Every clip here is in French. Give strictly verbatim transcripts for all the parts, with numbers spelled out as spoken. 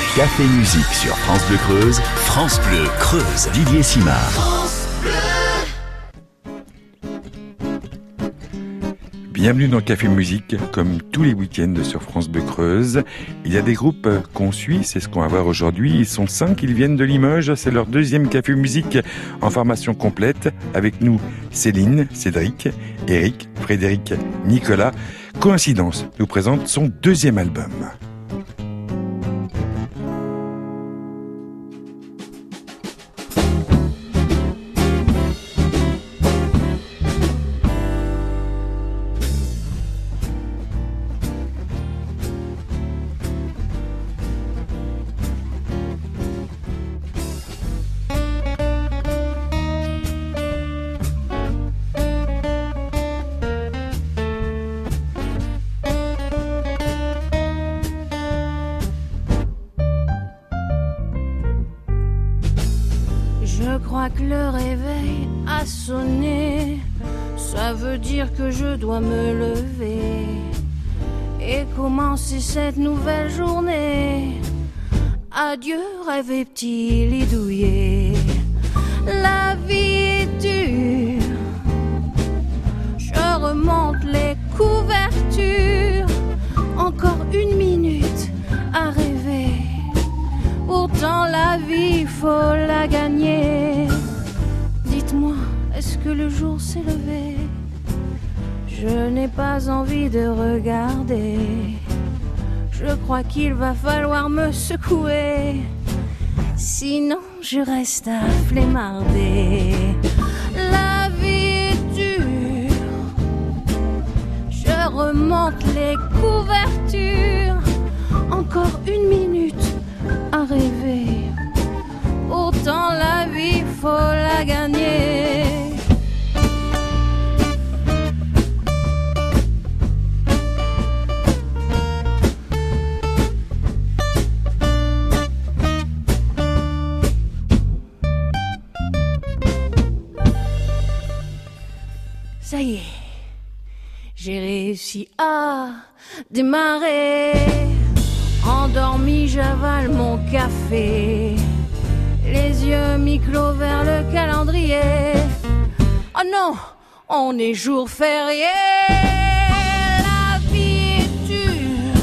Café Musique sur France Bleu Creuse. France Bleu Creuse. Didier Simard. France Bleu. Bienvenue dans Café Musique, comme tous les week-ends sur France Bleu Creuse. Il y a des groupes qu'on suit, c'est ce qu'on va voir aujourd'hui. Ils sont cinq, ils viennent de Limoges. C'est leur deuxième Café Musique en formation complète. Avec nous, Céline, Cédric, Eric, Frédéric, Nicolas. Coïncidence nous présente son deuxième album. Je crois que le réveil a sonné, ça veut dire que je dois me lever et commencer cette nouvelle journée. Adieu rêve et petit lit douillet, la vie est dure, je remonte les couvertures, encore une minute à rêver. Pourtant la vie, faut la gagner. Dites-moi, est-ce que le jour s'est levé? Je n'ai pas envie de regarder. Je crois qu'il va falloir me secouer, sinon je reste à flemmarder. La vie est dure, je remonte les couvertures, encore une minute à rêver. Autant la vie, faut la gagner. Ça y est, j'ai réussi à démarrer. Endormi, j'avale mon café, les yeux mi-clos vers le calendrier. Oh non, on est jour férié. La vie est dure,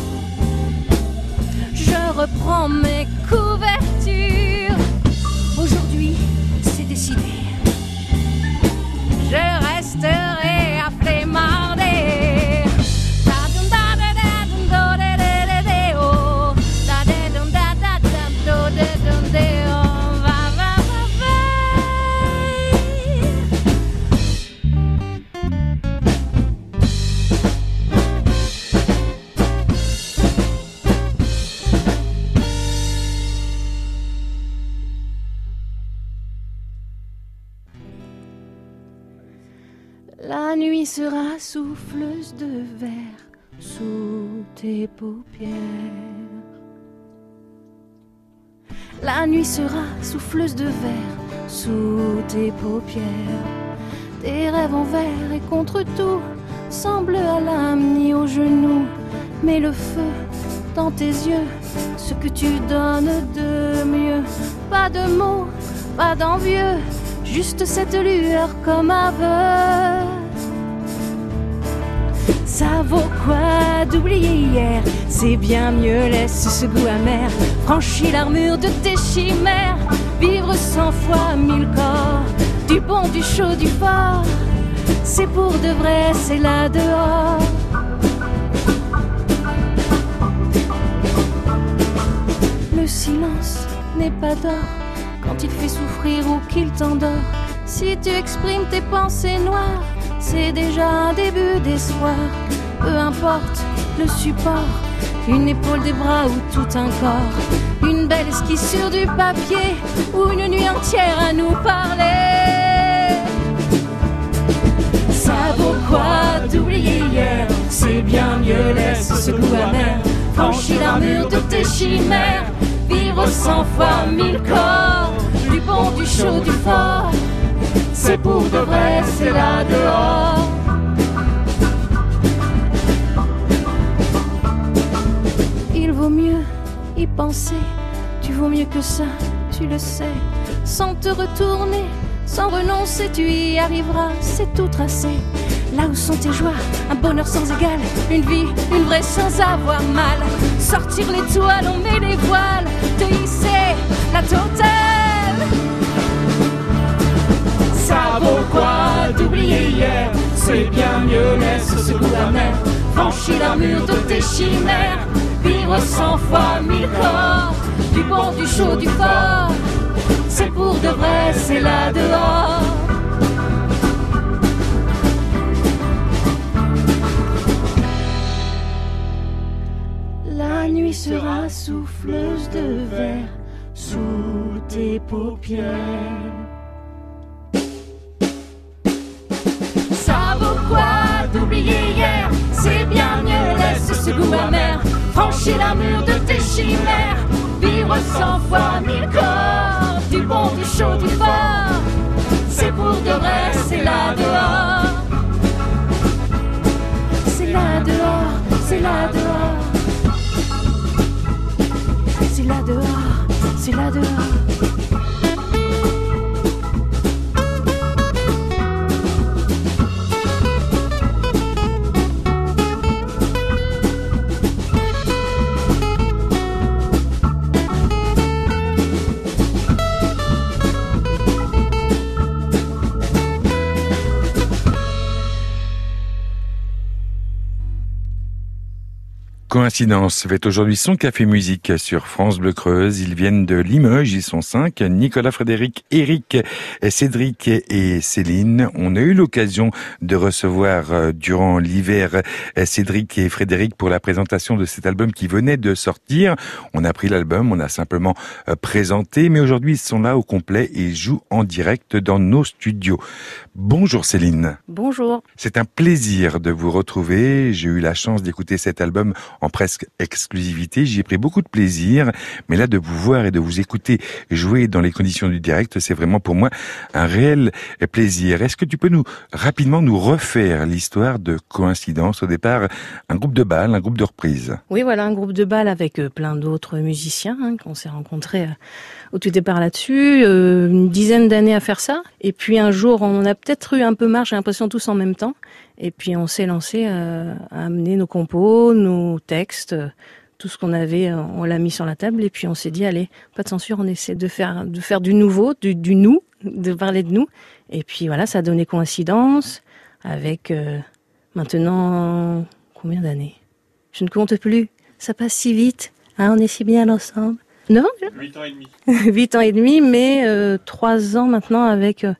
je reprends mes couvertures. Aujourd'hui, c'est décidé, je resterai à flemmarder. La nuit sera souffleuse de verre sous tes paupières. La nuit sera souffleuse de verre sous tes paupières. Tes rêves en verre et contre tout, sans bleu à l'âme ni aux genoux. Mais le feu dans tes yeux, ce que tu donnes de mieux. Pas de mots, pas d'envieux, juste cette lueur comme aveu. Ça vaut quoi d'oublier hier? C'est bien mieux, laisse ce goût amer. Franchis l'armure de tes chimères, vivre cent fois mille corps. Du bon, du chaud, du fort, c'est pour de vrai, c'est là dehors. Le silence n'est pas d'or quand il fait souffrir ou qu'il t'endort. Si tu exprimes tes pensées noires, c'est déjà un début d'espoir. Peu importe le support, une épaule, des bras ou tout un corps. Une belle esquisse sur du papier ou une nuit entière à nous parler. Ça vaut quoi d'oublier hier? C'est bien mieux, laisse ce goût amer. Franchis l'armure de tes chimères, vivre cent fois mille corps. Du bon, du chaud, du fort, c'est pour de vrai, c'est là dehors. Il vaut mieux y penser Tu vaux mieux que ça, tu le sais. Sans te retourner, sans renoncer, tu y arriveras, c'est tout tracé. Là où sont tes joies, un bonheur sans égal, une vie, une vraie sans avoir mal. Sortir l'étoile, on met les voiles, te hisser la totale. Ça vaut quoi d'oublier hier? C'est bien mieux, laisse ce goût amer. Franchis l'armure de tes chimères, vivre cent fois mille corps. Du bon, du chaud, du fort, c'est pour de vrai, c'est là dehors. La nuit sera souffleuse de verre sous tes paupières. Ça vaut quoi d'oublier hier? C'est bien mieux, laisse ce goût amer. Franchis la mur de tes chimères, vivre cent fois mille corps. Du bon, du chaud, du fort, c'est pour de vrai, c'est là dehors. C'est là dehors, c'est là dehors. C'est là dehors, c'est là dehors. Coïncidence fait aujourd'hui son café musique sur France Bleu Creuse. Ils viennent de Limoges, ils sont cinq. Nicolas, Frédéric, Eric, Cédric et Céline. On a eu l'occasion de recevoir durant l'hiver Cédric et Frédéric pour la présentation de cet album qui venait de sortir. On a pris l'album, on a simplement présenté, mais aujourd'hui ils sont là au complet et jouent en direct dans nos studios. Bonjour Céline. Bonjour. C'est un plaisir de vous retrouver. J'ai eu la chance d'écouter cet album en presque exclusivité. J'y ai pris beaucoup de plaisir. Mais là, de vous voir et de vous écouter jouer dans les conditions du direct, c'est vraiment pour moi un réel plaisir. Est-ce que tu peux nous rapidement nous refaire l'histoire de Coïncidence? Au départ, un groupe de bal, un groupe de reprise. Oui, voilà, un groupe de bal avec plein d'autres musiciens hein, qu'on s'est rencontrés au tout départ là-dessus. Euh, une dizaine d'années à faire ça. Et puis un jour, on a peut-être eu un peu marre, j'ai l'impression, tous en même temps. Et puis on s'est lancé à, à amener nos compos, nos textes, tout ce qu'on avait, on l'a mis sur la table. Et puis on s'est dit, allez, pas de censure, on essaie de faire, de faire du nouveau, du, du nous, de parler de nous. Et puis voilà, ça a donné Coïncidence avec euh, maintenant, combien d'années? Je ne compte plus, ça passe si vite, hein, on est si bien ensemble. neuf ans déjà? huit ans et demi. huit ans et demi, mais euh, trois ans maintenant avec... Euh,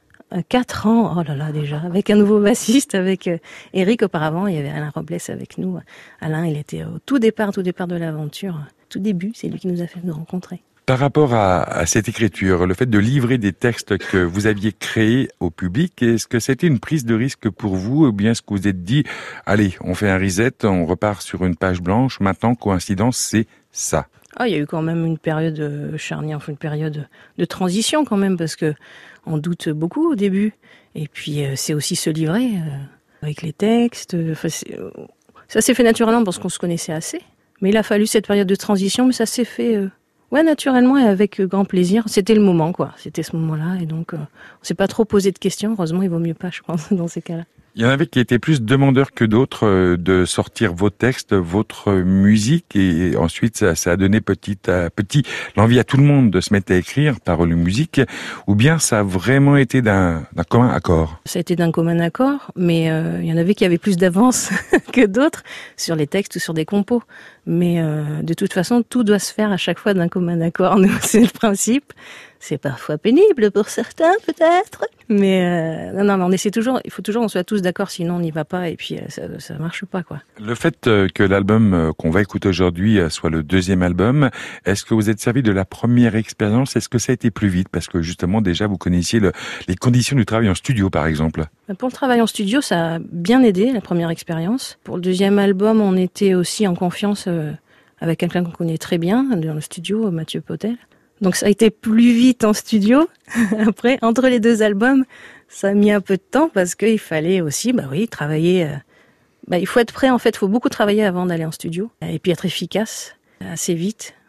Quatre ans, oh là là déjà, avec un nouveau bassiste, avec euh, Eric auparavant, il y avait Alain Robles avec nous. Alain, il était au tout départ, tout départ de l'aventure, tout début, c'est lui qui nous a fait nous rencontrer. Par rapport à, à cette écriture, le fait de livrer des textes que vous aviez créés au public, est-ce que c'était une prise de risque pour vous ou bien est-ce que vous vous êtes dit, allez, on fait un reset, on repart sur une page blanche, maintenant, Coïncidence, c'est ça? Ah, il y a eu quand même une période charnière, enfin une période de transition quand même, parce que on doute beaucoup au début. Et puis, euh, c'est aussi se livrer euh, avec les textes. Enfin, euh, ça s'est fait naturellement parce qu'on se connaissait assez. Mais il a fallu cette période de transition, mais ça s'est fait euh, ouais, naturellement et avec grand plaisir. C'était le moment, quoi. C'était ce moment-là. Et donc, euh, on s'est pas trop posé de questions. Heureusement, il vaut mieux pas, je pense, dans ces cas-là. Il y en avait qui étaient plus demandeurs que d'autres euh, de sortir vos textes, votre musique, et ensuite ça, ça a donné petit à petit l'envie à tout le monde de se mettre à écrire paroles et musique, ou bien ça a vraiment été d'un, d'un commun accord? Ça a été d'un commun accord, mais euh, il y en avait qui avaient plus d'avance que d'autres sur les textes ou sur des compos. Mais euh, de toute façon, tout doit se faire à chaque fois d'un commun accord. Nous, c'est le principe. C'est parfois pénible pour certains, peut-être. Mais euh, non, non, mais on essaie toujours. Il faut toujours qu'on soit tous d'accord, sinon on n'y va pas et puis euh, ça, ça marche pas, quoi. Le fait que l'album qu'on va écouter aujourd'hui soit le deuxième album, est-ce que vous êtes servi de la première expérience? Est-ce que ça a été plus vite? Parce que justement, déjà, vous connaissiez le, les conditions du travail en studio, par exemple. Pour le travail en studio, ça a bien aidé, la première expérience. Pour le deuxième album, on était aussi en confiance euh, avec quelqu'un qu'on connaît très bien dans le studio, Mathieu Potel. Donc ça a été plus vite en studio. Après, entre les deux albums, ça a mis un peu de temps parce qu'il fallait aussi, bah oui, travailler. Euh, bah il faut être prêt en fait, il faut beaucoup travailler avant d'aller en studio et puis être efficace assez vite.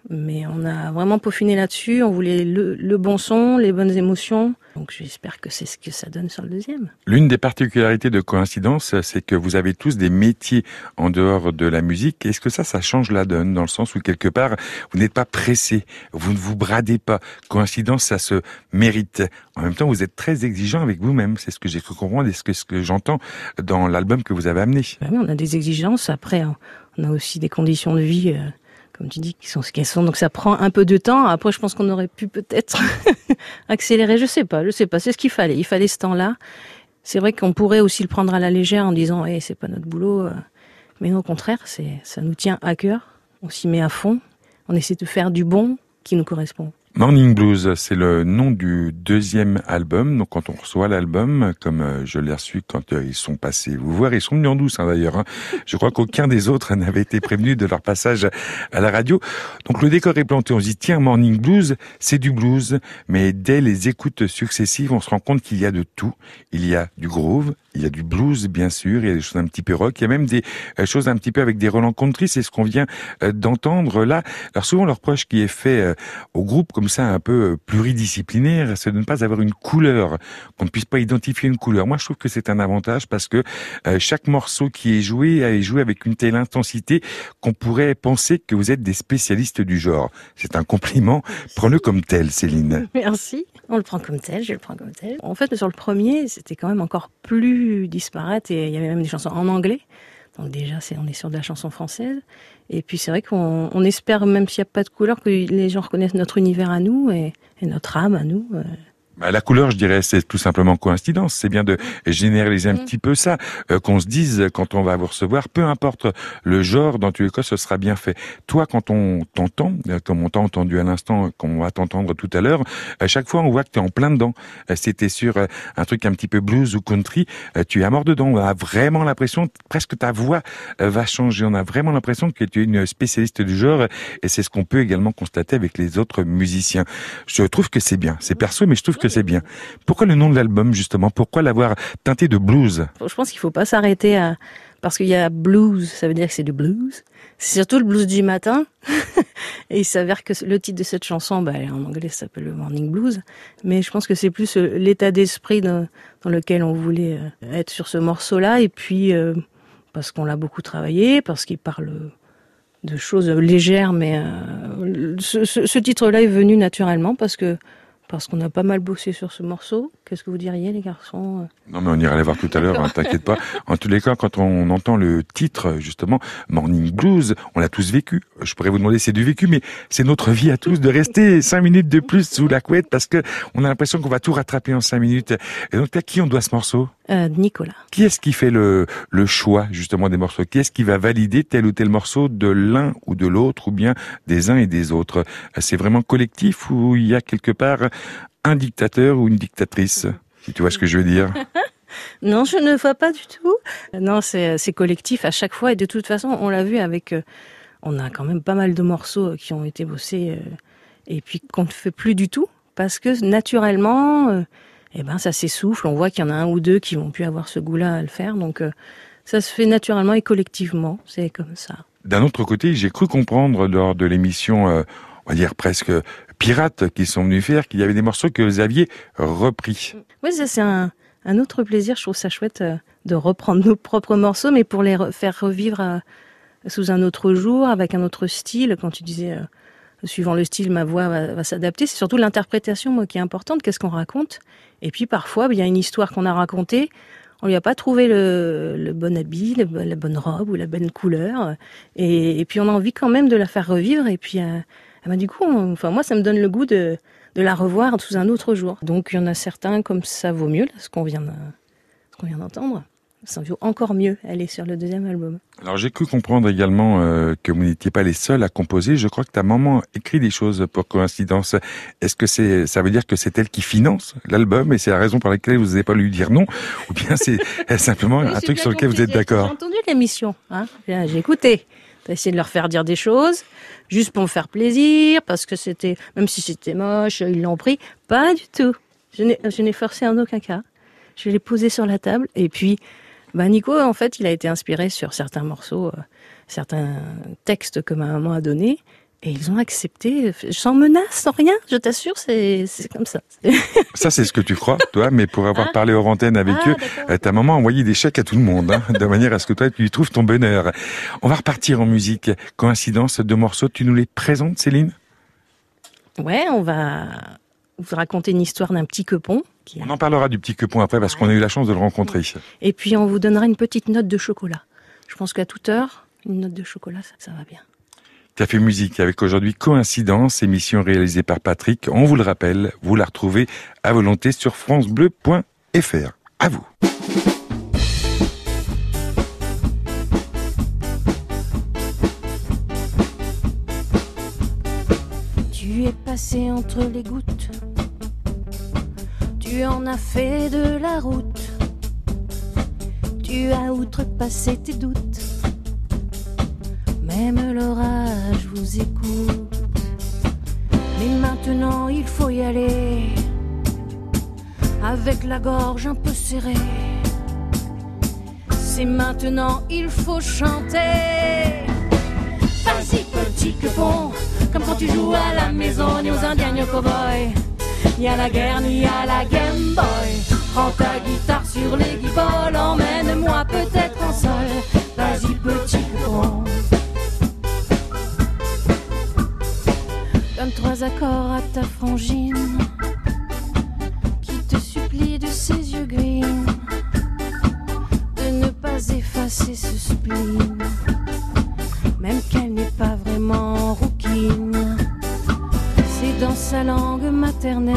Mais on a vraiment peaufiné là-dessus, on voulait le, le bon son, les bonnes émotions. Donc j'espère que c'est ce que ça donne sur le deuxième. L'une des particularités de Coïncidence, c'est que vous avez tous des métiers en dehors de la musique. Est-ce que ça, ça change la donne, dans le sens où quelque part, vous n'êtes pas pressé, vous ne vous bradez pas. Coïncidence, ça se mérite. En même temps, vous êtes très exigeant avec vous-même. C'est ce que j'ai cru comprendre et ce que, ce que j'entends dans l'album que vous avez amené. Ben oui, on a des exigences. Après, on a aussi des conditions de vie... Euh... comme tu dis, qui sont ce qu'elles sont. Donc ça prend un peu de temps. Après, je pense qu'on aurait pu peut-être accélérer. Je sais pas, je sais pas. C'est ce qu'il fallait. Il fallait ce temps-là. C'est vrai qu'on pourrait aussi le prendre à la légère en disant, hey, c'est pas notre boulot. Mais non, au contraire, c'est, ça nous tient à cœur. On s'y met à fond. On essaie de faire du bon qui nous correspond. Morning Blues, c'est le nom du deuxième album. Donc quand on reçoit l'album, comme je l'ai reçu quand ils sont passés vous voir, ils sont venus en douce hein, d'ailleurs. Hein. Je crois qu'aucun des autres n'avait été prévenu de leur passage à la radio. Donc le décor est planté, on se dit tiens, Morning Blues, c'est du blues. Mais dès les écoutes successives, on se rend compte qu'il y a de tout. Il y a du groove, il y a du blues bien sûr, il y a des choses un petit peu rock, il y a même des choses un petit peu avec des relents country, c'est ce qu'on vient d'entendre là. Alors souvent le reproche qui est fait au groupe comme ça un peu pluridisciplinaire, c'est de ne pas avoir une couleur, qu'on ne puisse pas identifier une couleur. Moi je trouve que c'est un avantage parce que chaque morceau qui est joué est joué avec une telle intensité qu'on pourrait penser que vous êtes des spécialistes du genre. C'est un compliment, prends-le comme tel Céline. Merci. On le prend comme tel, je le prends comme tel. En fait, sur le premier, c'était quand même encore plus disparate et il y avait même des chansons en anglais. Donc déjà, c'est, on est sur de la chanson française. Et puis c'est vrai qu'on on espère, même s'il n'y a pas de couleur, que les gens reconnaissent notre univers à nous et, et notre âme à nous. Bah, la couleur, je dirais, c'est tout simplement coïncidence. C'est bien de généraliser un mmh. petit peu ça, euh, qu'on se dise quand on va vous recevoir, peu importe le genre, dans tous les cas, ce sera bien fait. Toi, quand on t'entend, comme on t'a entendu à l'instant, qu'on va t'entendre tout à l'heure, à chaque fois, on voit que t'es en plein dedans. C'était sur un truc un petit peu blues ou country, tu es à mort dedans. On a vraiment l'impression, presque ta voix va changer. On a vraiment l'impression que tu es une spécialiste du genre, et c'est ce qu'on peut également constater avec les autres musiciens. Je trouve que c'est bien. C'est perso, mais je trouve que c'est bien. Pourquoi le nom de l'album, justement? Pourquoi l'avoir teinté de blues? Je pense qu'il faut pas s'arrêter à... Parce qu'il y a blues, ça veut dire que c'est du blues. C'est surtout le blues du matin. Et il s'avère que le titre de cette chanson, bah, en anglais, ça s'appelle le Morning Blues. Mais je pense que c'est plus l'état d'esprit dans, dans lequel on voulait être sur ce morceau-là. Et puis, euh, parce qu'on l'a beaucoup travaillé, parce qu'il parle de choses légères. Mais euh, ce, ce, ce titre-là est venu naturellement parce que Parce qu'on a pas mal bossé sur ce morceau. Qu'est-ce que vous diriez, les garçons? Non, mais on ira les voir tout à l'heure, hein, t'inquiète pas. En tous les cas, quand on entend le titre, justement, Morning Blues, on l'a tous vécu. Je pourrais vous demander si c'est du vécu, mais c'est notre vie à tous de rester cinq minutes de plus sous la couette parce que on a l'impression qu'on va tout rattraper en cinq minutes. Et donc, à qui on doit ce morceau? Euh, Nicolas. Qui est-ce qui fait le, le choix, justement, des morceaux? Qui est-ce qui va valider tel ou tel morceau de l'un ou de l'autre, ou bien des uns et des autres? C'est vraiment collectif ou il y a quelque part un dictateur ou une dictatrice, si tu vois ce que je veux dire? Non, je ne vois pas du tout. Non, c'est, c'est collectif à chaque fois. Et de toute façon, on l'a vu avec... Euh, on a quand même pas mal de morceaux qui ont été bossés euh, et puis qu'on ne fait plus du tout. Parce que naturellement, euh, eh ben, ça s'essouffle. On voit qu'il y en a un ou deux qui vont plus avoir ce goût-là à le faire. Donc, euh, ça se fait naturellement et collectivement. C'est comme ça. D'un autre côté, j'ai cru comprendre lors de l'émission... Euh, on va dire presque pirates qui sont venus faire, qu'il y avait des morceaux que vous aviez repris. Oui, ça c'est un, un autre plaisir. Je trouve ça chouette euh, de reprendre nos propres morceaux, mais pour les re- faire revivre euh, sous un autre jour, avec un autre style. Quand tu disais, euh, suivant le style, ma voix va, va s'adapter. C'est surtout l'interprétation, moi, qui est importante. Qu'est-ce qu'on raconte? Et puis parfois, il y a une histoire qu'on a racontée. On lui a pas trouvé le, le bon habit, le, la bonne robe ou la bonne couleur. Et, et puis on a envie quand même de la faire revivre. Et puis... Euh, Ah ben du coup, on, enfin moi, ça me donne le goût de, de la revoir sous un autre jour. Donc il y en a certains comme ça vaut mieux, là, ce qu'on vient, de, ce qu'on vient d'entendre. Ça vaut encore mieux. Elle est sur le deuxième album. Alors j'ai cru comprendre également euh, que vous n'étiez pas les seuls à composer. Je crois que ta maman écrit des choses pour Coïncidence. Est-ce que c'est, ça veut dire que c'est elle qui finance l'album et c'est la raison pour laquelle vous n'avez pas lui dire non, ou bien c'est simplement oui, un truc sur lequel vous êtes d'accord? J'ai entendu l'émission, hein. J'ai écouté. T'as essayé de leur faire dire des choses, juste pour me faire plaisir, parce que c'était, même si c'était moche, ils l'ont pris. Pas du tout. Je n'ai, je n'ai forcé en aucun cas. Je l'ai posé sur la table. Et puis, bah, Nico, en fait, il a été inspiré sur certains morceaux, euh, certains textes que ma maman a donnés. Et ils ont accepté, sans menace, sans rien, je t'assure, c'est, c'est comme ça. Ça, c'est ce que tu crois, toi, mais pour avoir ah. parlé hors antenne avec ah, eux, d'accord. ta maman a envoyé des chèques à tout le monde, hein, de manière à ce que toi, tu y trouves ton bonheur. On va repartir en musique. Coïncidence, deux morceaux, tu nous les présentes, Céline ? Ouais, on va vous raconter une histoire d'un petit quepon. Qui a... On en parlera du petit quepon après, parce ouais. qu'on a eu la chance de le rencontrer. Et puis, on vous donnera une petite note de chocolat. Je pense qu'à toute heure, une note de chocolat, ça, ça va bien. Café Musique avec aujourd'hui Coïncidence, émission réalisée par Patrick. On vous le rappelle, vous la retrouvez à volonté sur francebleu point f r. À vous. Tu es passé entre les gouttes, tu en as fait de la route, tu as outrepassé tes doutes. Même l'orage vous écoute. Mais maintenant il faut y aller, avec la gorge un peu serrée. C'est maintenant il faut chanter. Vas-y petit quepon, comme quand tu joues à la maison ni aux indiens ni aux cow-boys. Ni à la guerre ni à la Game Boy. Prends ta guitare sur les guiboles, emmène-moi peut-être en sol. Vas-y petit quepon. Donne trois accords à ta frangine, qui te supplie de ses yeux green de ne pas effacer ce spleen, même qu'elle n'est pas vraiment rouquine. C'est dans sa langue maternelle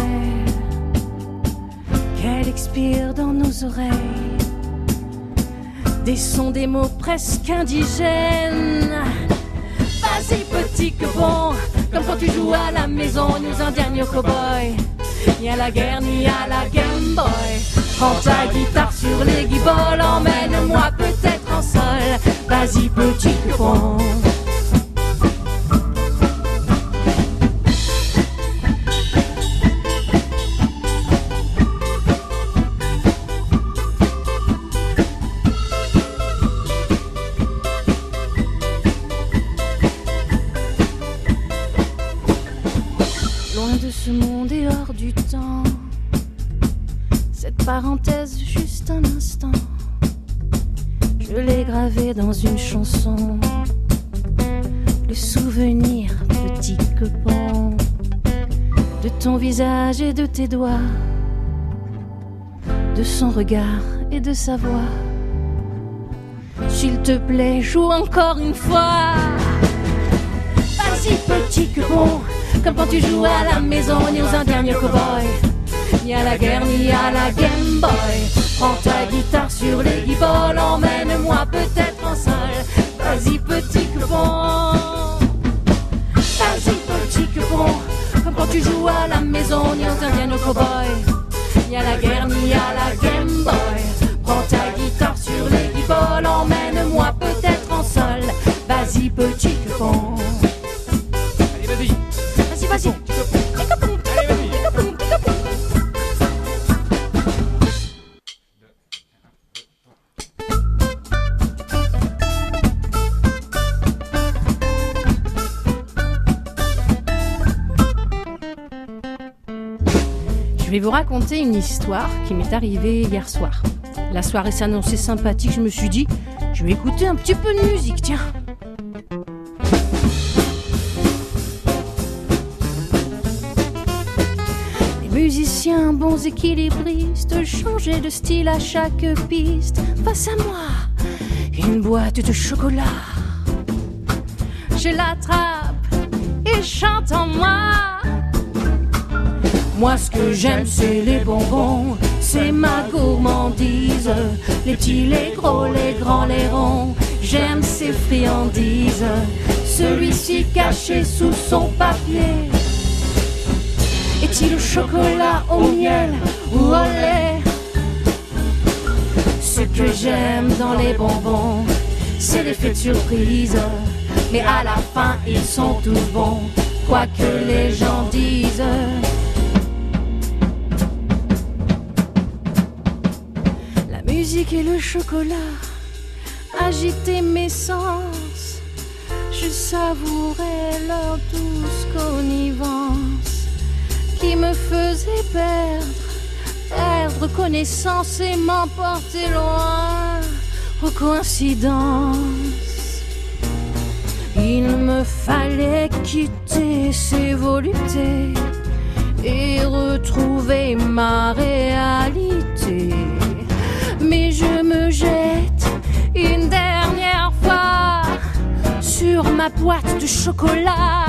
qu'elle expire dans nos oreilles des sons, des mots presque indigènes. Vas-y petit quepon, comme quand tu joues à la maison, ni aux indiens ni aux cow-boys, ni à la guerre ni à la Game Boy. Prends ta guitare sur les guiboles, emmène-moi peut-être en sol. Vas-y petit quepon. Parenthèse, juste un instant, je l'ai gravé dans une chanson. Le souvenir, petit quepon, de ton visage et de tes doigts, de son regard et de sa voix. S'il te plaît, joue encore une fois. Vas-y petit quepon, comme quand tu joues à la maison, ni aux indiens ni aux cow-boys, ni à la guerre, ni à la Game Boy. Prends ta guitare sur les guiboles, emmène-moi peut-être en sol. Vas-y petit quepon. Vas-y petit quepon, comme quand tu joues à la maison, ni aux indiens, ni aux cow-boys, ni à la guerre, ni à la Game Boy. Prends ta guitare sur les guiboles, emmène-moi peut-être en sol. Vas-y petit quepon. Allez vas-y. Vas-y vas-y. Je vais vous raconter une histoire qui m'est arrivée hier soir. La soirée s'annonçait sympathique, je me suis dit, je vais écouter un petit peu de musique, tiens. Les musiciens bons équilibristes changeaient de style à chaque piste. Face à moi, une boîte de chocolat. Je l'attrape et chante en moi. Moi ce que j'aime c'est les bonbons, c'est ma gourmandise. Les petits, les gros, les grands, les ronds, j'aime ces friandises. Celui-ci caché sous son papier, est-il au chocolat, au miel ou au lait? Ce que j'aime dans les bonbons, c'est l'effet de surprise. Mais à la fin ils sont tous bons, quoi que les gens disent. La musique et le chocolat agitaient mes sens. Je savourais leur douce connivence qui me faisait perdre, perdre connaissance et m'emporter loin aux coïncidences. Il me fallait quitter ces voluptés et retrouver ma réalité. Mais je me jette une dernière fois sur ma boîte de chocolat.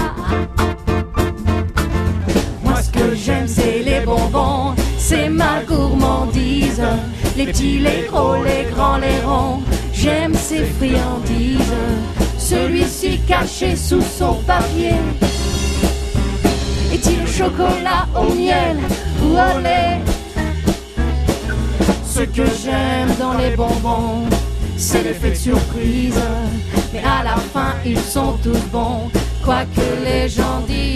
Moi ce que j'aime c'est les bonbons, c'est ma gourmandise. Les petits, les gros, les grands, les ronds, j'aime ces friandises. Celui-ci caché sous son papier, est-il au chocolat, au miel ou au lait? Ce que j'aime dans les bonbons, c'est l'effet de surprise. Mais à la fin, ils sont tous bons, quoi que les gens disent.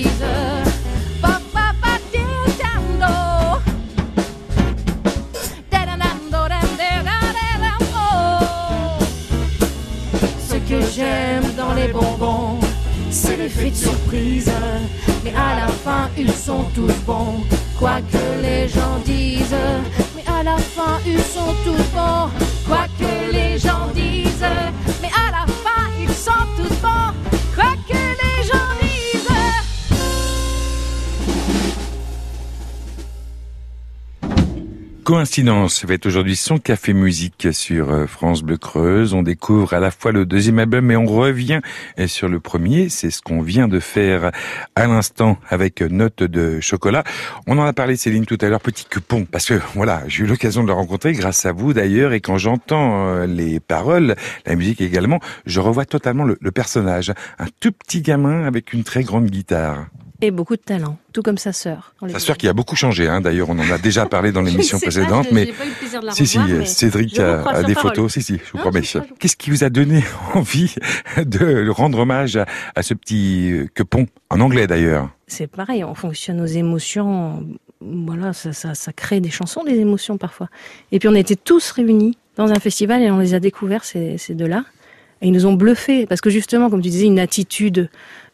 Ce que j'aime dans les bonbons, c'est l'effet de surprise. Mais à la fin, ils sont tous bons, quoi que les gens disent. Mais à la fin, ils sont tous bons, quoi que les gens disent. Mais à la fin, ils sont tous bons, quoi que les gens disent. Coïncidence va être aujourd'hui son café musique sur France Bleu Creuse. On découvre à la fois le deuxième album et on revient sur le premier. C'est ce qu'on vient de faire à l'instant avec Note de chocolat. On en a parlé, Céline, tout à l'heure, Petit Quepon. Parce que voilà, j'ai eu l'occasion de le rencontrer grâce à vous d'ailleurs. Et quand j'entends les paroles, la musique également, je revois totalement le, le personnage. Un tout petit gamin avec une très grande guitare. Et beaucoup de talent, tout comme sa sœur. Sa sœur qui a beaucoup changé, hein. D'ailleurs, on en a déjà parlé dans l'émission précédente, pas, mais j'ai pas eu le plaisir de la si, revoir, si, mais Cédric a, a des parole. Photos, si, si, je vous hein, promets. je Qu'est-ce qui vous a donné envie de rendre hommage à, à ce petit Quepon, en anglais d'ailleurs? C'est pareil, on fonctionne aux émotions, voilà, ça, ça, ça crée des chansons, des émotions parfois. Et puis on était tous réunis dans un festival et on les a découverts, ces, ces deux-là. Et ils nous ont bluffés, parce que justement, comme tu disais, une attitude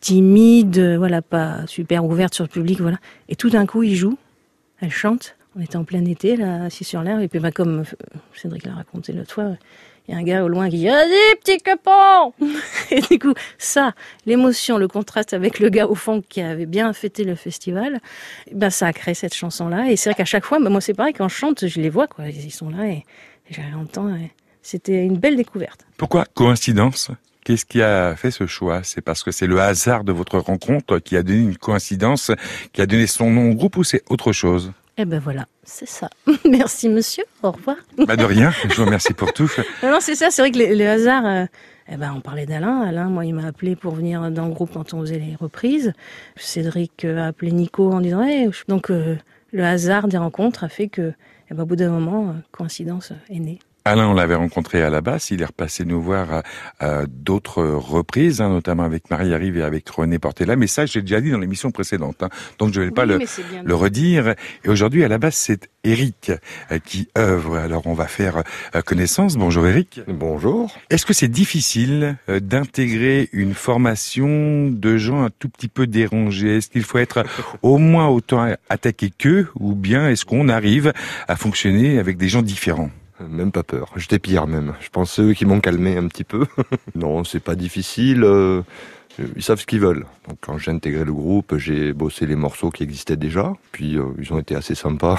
timide, voilà, pas super ouverte sur le public, voilà. Et tout d'un coup, ils jouent, elle chante. On était en plein été, là, assis sur l'herbe, et puis bah, comme Cédric l'a raconté l'autre fois, il y a un gars au loin qui dit « Vas-y, petit Quepon !» Et du coup, ça, l'émotion, le contraste avec le gars au fond qui avait bien fêté le festival, ben ça a créé cette chanson-là. Et c'est vrai qu'à chaque fois, ben, moi c'est pareil, quand je chante, je les vois, quoi. Ils sont là et, et j'entends. Et c'était une belle découverte. Pourquoi coïncidence ? Qu'est-ce qui a fait ce choix ? C'est parce que c'est le hasard de votre rencontre qui a donné une coïncidence, qui a donné son nom au groupe, ou c'est autre chose ? Eh ben voilà, c'est ça. Merci monsieur, au revoir. Bah de rien, je vous remercie pour tout. Non, non, c'est ça, c'est vrai que le, le hasard, euh, eh ben on parlait d'Alain. Alain, moi, il m'a appelé pour venir dans le groupe quand on faisait les reprises. Cédric a appelé Nico en disant hey, donc euh, le hasard des rencontres a fait que, eh ben, au bout d'un moment, euh, coïncidence est née. Alain, on l'avait rencontré à la basse, il est repassé nous voir à, à d'autres reprises, hein, notamment avec Marie-Arrive et avec René Portela, mais ça, j'ai déjà dit dans l'émission précédente, hein, donc je ne vais oui, pas le, le redire. Et aujourd'hui, à la base, c'est Eric euh, qui œuvre. Alors, on va faire euh, connaissance. Bonjour Eric. Bonjour. Est-ce que c'est difficile euh, d'intégrer une formation de gens un tout petit peu dérangés ? Est-ce qu'il faut être au moins autant attaqué qu'eux, ou bien est-ce qu'on arrive à fonctionner avec des gens différents ? Même pas peur. J'étais pire même. Je pense eux qui m'ont calmé un petit peu. Non, c'est pas difficile. Euh, ils savent ce qu'ils veulent. Donc quand j'ai intégré le groupe, j'ai bossé les morceaux qui existaient déjà. Puis euh, ils ont été assez sympas.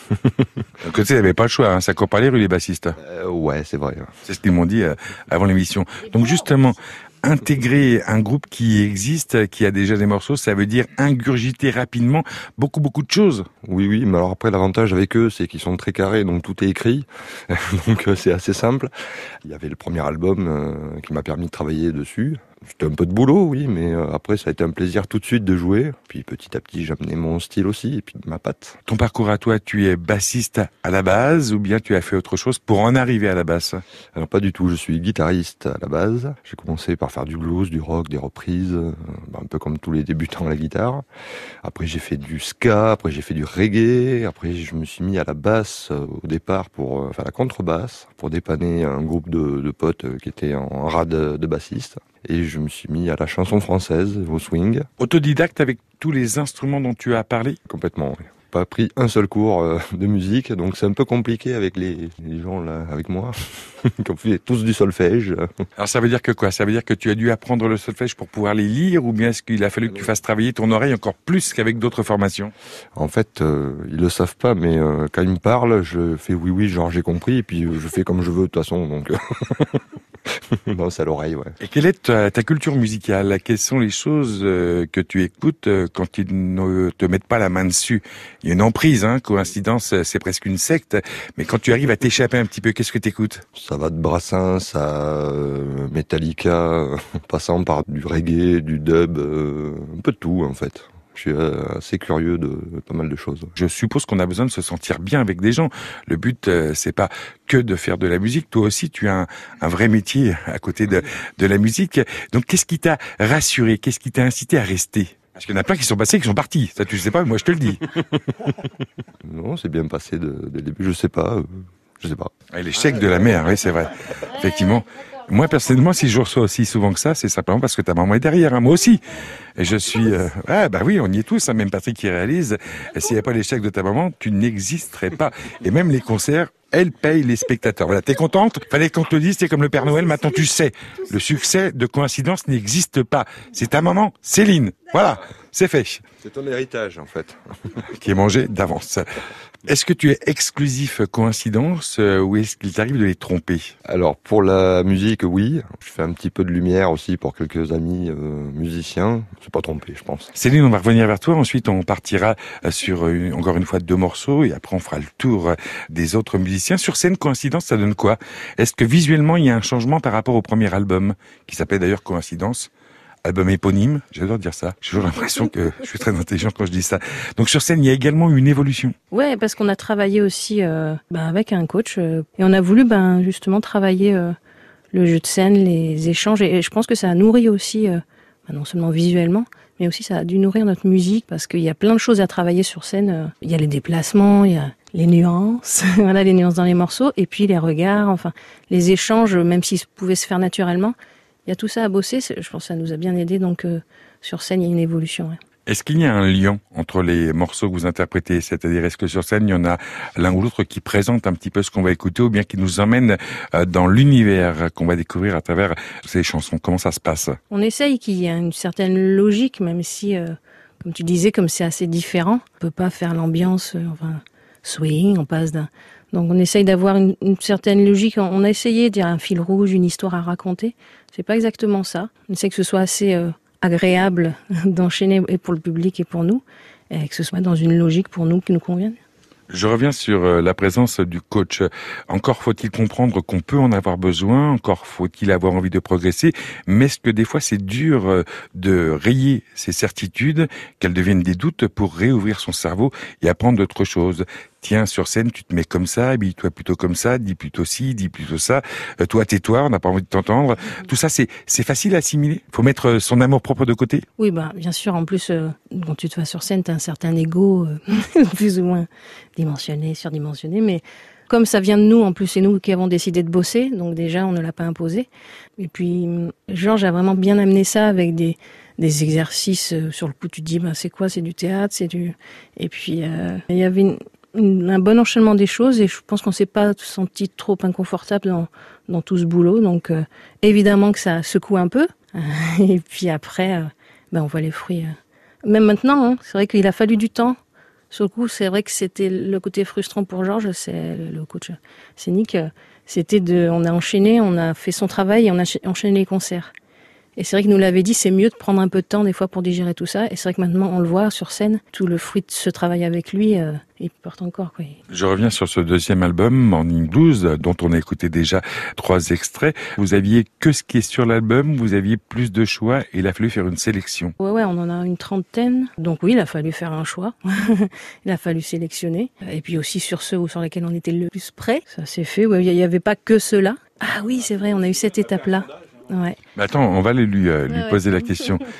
Donc tu sais, il n'y avait pas le choix. Hein. Ça court pas les rues les bassistes. Euh, ouais, c'est vrai. C'est ce qu'ils m'ont dit euh, avant l'émission. Donc justement, intégrer un groupe qui existe, qui a déjà des morceaux, ça veut dire ingurgiter rapidement beaucoup, beaucoup de choses. Oui, oui, mais alors après, l'avantage avec eux, c'est qu'ils sont très carrés, donc tout est écrit. Donc c'est assez simple. Il y avait le premier album euh, qui m'a permis de travailler dessus. C'était un peu de boulot, oui, mais euh, après, ça a été un plaisir tout de suite de jouer. Puis petit à petit, j'ai amené mon style aussi, et puis ma patte. Ton parcours à toi, tu es bassiste à la base, ou bien tu as fait autre chose pour en arriver à la basse ? Alors pas du tout, je suis guitariste à la base. J'ai commencé par faire du blues, du rock, des reprises, euh, un peu comme tous les débutants à la guitare. Après, j'ai fait du ska, après j'ai fait du reggae, après je me suis mis à la basse euh, au départ pour euh, faire la contrebasse, pour dépanner un groupe de, de potes euh, qui étaient en rade de bassistes. Et je me suis mis à la chanson française, au swing. Autodidacte avec tous les instruments dont tu as parlé ? Complètement, oui. Pas pris un seul cours euh, de musique, donc c'est un peu compliqué avec les, les gens là avec moi, qui ont fait tous du solfège. Alors ça veut dire que quoi ? Ça veut dire que tu as dû apprendre le solfège pour pouvoir les lire, ou bien est-ce qu'il a fallu que tu fasses travailler ton oreille encore plus qu'avec d'autres formations ? En fait, euh, ils le savent pas, mais euh, quand ils me parlent, je fais oui oui, genre j'ai compris, et puis euh, je fais comme je veux de toute façon, donc... Non, c'est à l'oreille, ouais. Et quelle est ta, ta culture musicale ? Quelles sont les choses euh, que tu écoutes euh, quand ils ne te mettent pas la main dessus ? Il y a une emprise, hein, coïncidence, c'est presque une secte. Mais quand tu arrives à t'échapper un petit peu, qu'est-ce que tu écoutes ? Ça va de Brassens à euh, Metallica, passant par du reggae, du dub, euh, un peu de tout en fait. Je suis assez curieux de pas mal de choses. Je suppose qu'on a besoin de se sentir bien avec des gens. Le but, euh, c'est pas que de faire de la musique. Toi aussi, tu as un, un vrai métier à côté de, de la musique. Donc, qu'est-ce qui t'a rassuré ? Qu'est-ce qui t'a incité à rester ? Parce qu'il y en a plein qui sont passés, qui sont partis. Ça, tu sais pas, moi, je te le dis. Non, c'est bien passé dès le début. Je sais pas. Euh, je sais pas. Et l'échec de la mère, oui, c'est vrai. Effectivement. Moi, personnellement, si je reçois aussi souvent que ça, c'est simplement parce que ta maman est derrière, hein, moi aussi. Et je suis... Euh, ah, bah oui, on y est tous, hein, même Patrick qui réalise. S'il n'y a pas l'échec de ta maman, tu n'existerais pas. Et même les concerts, elle paye les spectateurs. Voilà, t'es contente ? Fallait qu'on te le dise, c'est comme le Père Noël, maintenant tu sais. Le succès de coïncidence n'existe pas. C'est ta maman, Céline. Voilà, c'est fait. C'est ton héritage, en fait. Qui est mangé d'avance. Est-ce que tu es exclusif coïncidence euh, ou est-ce qu'il t'arrive de les tromper ? Alors, pour la musique, oui. Je fais un petit peu de lumière aussi pour quelques amis euh, musiciens. C'est pas trompé, je pense. Céline, on va revenir vers toi. Ensuite, on partira sur, une, encore une fois, deux morceaux. Et après, on fera le tour des autres musiciens. Sur scène, coïncidence, ça donne quoi ? Est-ce que visuellement, il y a un changement par rapport au premier album, qui s'appelle d'ailleurs Coïncidence ? Album éponyme, j'adore dire ça. J'ai toujours l'impression que je suis très intelligent quand je dis ça. Donc sur scène, il y a également une évolution. Ouais, parce qu'on a travaillé aussi euh, bah, avec un coach euh, et on a voulu ben justement travailler euh, le jeu de scène, les échanges, et, et je pense que ça a nourri aussi, euh, bah, non seulement visuellement, mais aussi ça a dû nourrir notre musique parce qu'il y a plein de choses à travailler sur scène. Euh, il y a les déplacements, il y a les nuances, voilà, les nuances dans les morceaux, et puis les regards, enfin les échanges, même s'ils pouvaient se faire naturellement. Il y a tout ça à bosser, je pense que ça nous a bien aidé, donc euh, sur scène, il y a une évolution. Ouais. Est-ce qu'il y a un lien entre les morceaux que vous interprétez ? C'est-à-dire, est-ce que sur scène, il y en a l'un ou l'autre qui présente un petit peu ce qu'on va écouter, ou bien qui nous emmène euh, dans l'univers qu'on va découvrir à travers ces chansons ? Comment ça se passe ? On essaye qu'il y ait une certaine logique, même si, euh, comme tu disais, comme c'est assez différent, on peut pas faire l'ambiance, euh, enfin, swing, on passe d'un... Donc on essaye d'avoir une, une certaine logique. On a essayé de dire un fil rouge, une histoire à raconter. C'est pas exactement ça. On essaie que ce soit assez euh, agréable d'enchaîner, et pour le public et pour nous, et que ce soit dans une logique pour nous qui nous convienne. Je reviens sur la présence du coach. Encore faut-il comprendre qu'on peut en avoir besoin, encore faut-il avoir envie de progresser, mais est-ce que des fois c'est dur de rayer ses certitudes, qu'elles deviennent des doutes pour réouvrir son cerveau et apprendre d'autres choses ? Tiens, sur scène, tu te mets comme ça, habille-toi plutôt comme ça, dis plutôt ci, dis plutôt ça. Euh, toi, tais-toi, on n'a pas envie de t'entendre. Tout ça, c'est c'est facile à assimiler. Faut mettre son amour propre de côté. Oui, bah bien sûr. En plus, euh, quand tu te vas sur scène, t'as un certain ego, euh, plus ou moins dimensionné, surdimensionné. Mais comme ça vient de nous, en plus, c'est nous qui avons décidé de bosser. Donc déjà, on ne l'a pas imposé. Et puis, Georges a vraiment bien amené ça avec des des exercices. Euh, sur le coup, tu te dis, bah c'est quoi ? C'est du théâtre, c'est du. Et puis, euh, il y avait une un bon enchaînement des choses et je pense qu'on s'est pas senti trop inconfortable dans, dans tout ce boulot. Donc euh, évidemment que ça secoue un peu. Et puis après, euh, ben on voit les fruits. Euh. Même maintenant, hein, c'est vrai qu'il a fallu du temps. Sur le coup, c'est vrai que c'était le côté frustrant pour Georges, c'est le coach scénique. C'était de, on a enchaîné, on a fait son travail et on a enchaîné les concerts. Et c'est vrai qu'il nous l'avait dit, c'est mieux de prendre un peu de temps des fois pour digérer tout ça. Et c'est vrai que maintenant, on le voit sur scène, tout le fruit de ce travail avec lui, euh, il porte encore, quoi. Je reviens sur ce deuxième album, Morning Blues, dont on a écouté déjà trois extraits. Vous aviez que ce qui est sur l'album, vous aviez plus de choix et il a fallu faire une sélection. Ouais, ouais, on en a une trentaine. Donc oui, il a fallu faire un choix. Il a fallu sélectionner. Et puis aussi sur ceux sur lesquels on était le plus près. Ça s'est fait, ouais, il n'y avait pas que ceux-là. Ah oui, c'est vrai, on a eu cette étape-là. Ouais. Mais attends, on va aller lui, euh, lui ouais, poser ouais. la question.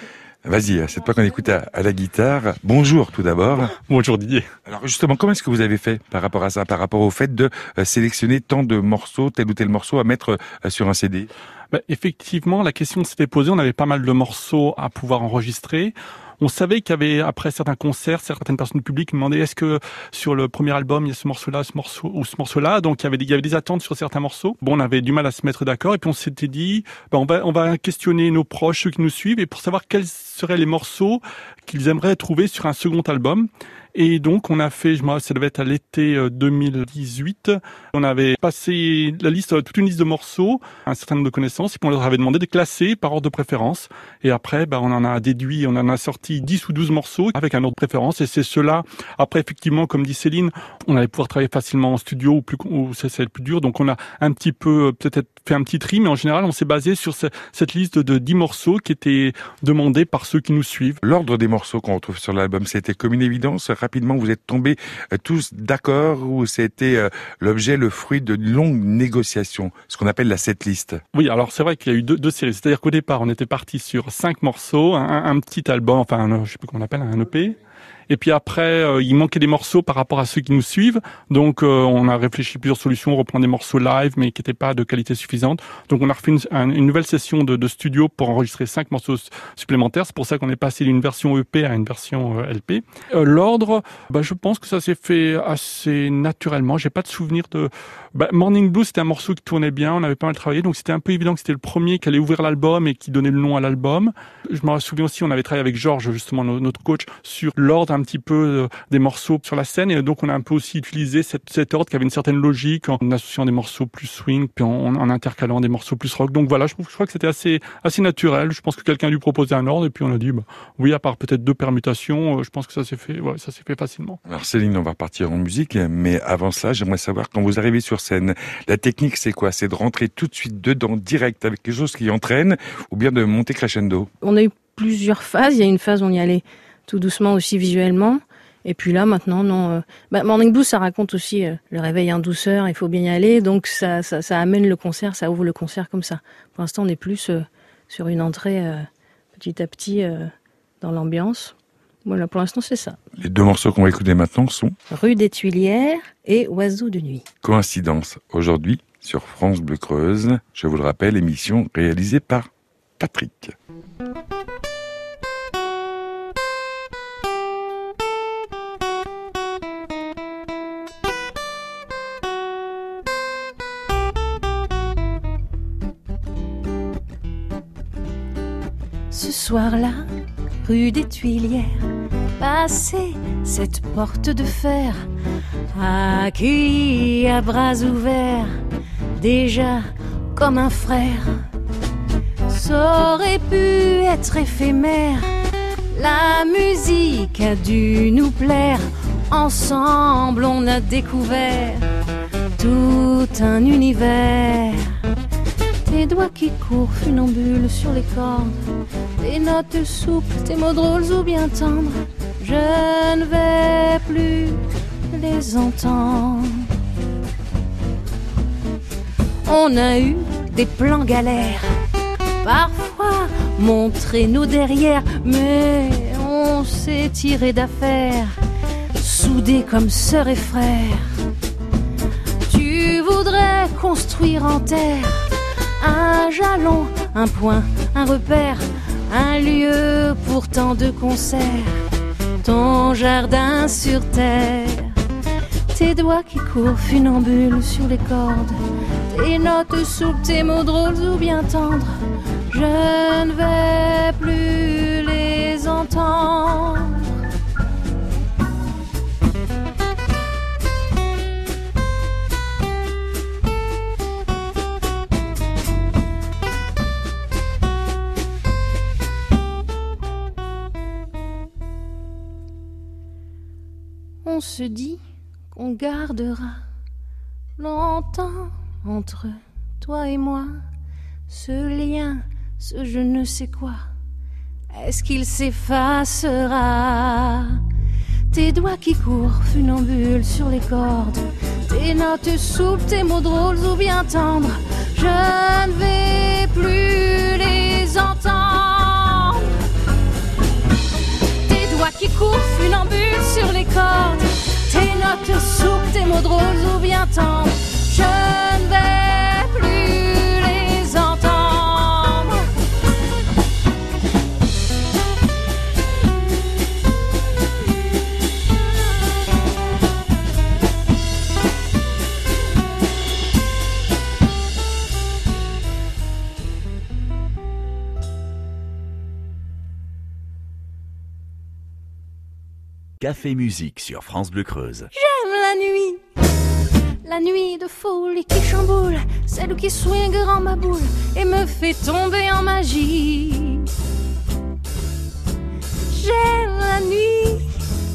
Vas-y, cette fois qu'on écoute à, à la guitare. Bonjour tout d'abord. Bonjour Didier. Alors justement, comment est-ce que vous avez fait par rapport à ça, par rapport au fait de euh, sélectionner tant de morceaux, tel ou tel morceau à mettre euh, sur un C D? Bah, effectivement, la question s'était posée. On avait pas mal de morceaux à pouvoir enregistrer. On savait qu'il y avait, après certains concerts, certaines personnes du public demandaient est-ce que sur le premier album, il y a ce morceau-là, ce morceau ou ce morceau-là. Donc, il y avait des, il y avait des attentes sur certains morceaux. Bon, on avait du mal à se mettre d'accord. Et puis, on s'était dit, bah, on va, on va questionner nos proches, ceux qui nous suivent, et pour savoir quels seraient les morceaux qu'ils aimeraient trouver sur un second album. Et donc, on a fait, je me rappelle, ça devait être à l'été deux mille dix-huit, on avait passé la liste, toute une liste de morceaux, un certain nombre de connaissances, et puis on leur avait demandé de classer par ordre de préférence. Et après, bah, on en a déduit, on en a sorti dix ou douze morceaux avec un ordre de préférence, et c'est ceux-là. Après, effectivement, comme dit Céline, on allait pouvoir travailler facilement en studio, ou plus, ou c'est, c'est le plus dur. Donc, on a un petit peu, peut-être fait un petit tri, mais en général, on s'est basé sur ce, cette liste de dix morceaux qui étaient demandés par ceux qui nous suivent. L'ordre des morceaux qu'on retrouve sur l'album, c'était comme une évidence. Rapidement, vous êtes tombés euh, tous d'accord, ou c'était euh, l'objet, le fruit de longues négociations, ce qu'on appelle la setlist? Oui, alors c'est vrai qu'il y a eu deux, deux séries. C'est-à-dire qu'au départ, on était parti sur cinq morceaux, un, un petit album, enfin, un, je sais plus comment on appelle, un E P. Et puis après, euh, il manquait des morceaux par rapport à ceux qui nous suivent. Donc, euh, on a réfléchi plusieurs solutions, reprendre des morceaux live, mais qui n'étaient pas de qualité suffisante. Donc, on a refait une, une nouvelle session de, de studio pour enregistrer cinq morceaux supplémentaires. C'est pour ça qu'on est passé d'une version E P à une version euh, L P. Euh, l'ordre, bah, je pense que ça s'est fait assez naturellement. J'ai pas de souvenir de... Bah, Morning Blue, c'était un morceau qui tournait bien. On avait pas mal travaillé. Donc, c'était un peu évident que c'était le premier qui allait ouvrir l'album et qui donnait le nom à l'album. Je me souviens aussi, on avait travaillé avec Georges, justement, notre coach, sur l'ordre un petit peu des morceaux sur la scène, et donc on a un peu aussi utilisé cette, cet ordre qui avait une certaine logique en associant des morceaux plus swing puis en, en intercalant des morceaux plus rock. Donc voilà, je, je crois que c'était assez assez naturel. Je pense que quelqu'un a dû proposer un ordre et puis on a dit bah, oui, à part peut-être deux permutations, je pense que ça s'est fait ouais, ça s'est fait facilement. Alors Céline, on va partir en musique, mais avant cela, j'aimerais savoir, quand vous arrivez sur scène, la technique c'est quoi? C'est de rentrer tout de suite dedans direct avec quelque chose qui entraîne, ou bien de monter crescendo? On a eu plusieurs phases. Il y a une phase où on y allait tout doucement aussi visuellement. Et puis là, maintenant, non. Euh, bah, Morning Blue, ça raconte aussi euh, le réveil en douceur, il faut bien y aller. Donc ça, ça, ça amène le concert, ça ouvre le concert comme ça. Pour l'instant, on est plus euh, sur une entrée euh, petit à petit euh, dans l'ambiance. Voilà, pour l'instant, c'est ça. Les deux morceaux qu'on va écouter maintenant sont Rue des Tuilières et Oiseaux de nuit. Coïncidence. Aujourd'hui, sur France Bleu Creuse, je vous le rappelle, émission réalisée par Patrick. Ce soir-là, rue des Tuilières, passé cette porte de fer, accueilli à bras ouverts, déjà comme un frère. Ça aurait pu être éphémère, la musique a dû nous plaire. Ensemble on a découvert tout un univers. Tes doigts qui courent funambules sur les cordes, tes notes souples, tes mots drôles ou bien tendres, je ne vais plus les entendre. On a eu des plans galères, parfois montré nos derrières, mais on s'est tiré d'affaire, soudés comme sœurs et frères. Tu voudrais construire en terre un jalon, un point, un repère, un lieu pour tant de concerts, ton jardin sur terre. Tes doigts qui courent funambules sur les cordes, tes notes souples, tes mots drôles ou bien tendres, je ne vais plus les entendre. On se dit qu'on gardera longtemps entre toi et moi ce lien, ce je ne sais quoi. Est-ce qu'il s'effacera? Tes doigts qui courent funambules sur les cordes, tes notes souples, tes mots drôles ou bien tendres, je ne vais plus les entendre. qui court funambule sur les cordes. Tes notes souples, tes mots drôles ou bien tendres, je ne vais plus les entendre. Café Musique sur France Bleu Creuse. J'aime la nuit, la nuit de folie qui chamboule, celle qui swing en ma boule et me fait tomber en magie. J'aime la nuit,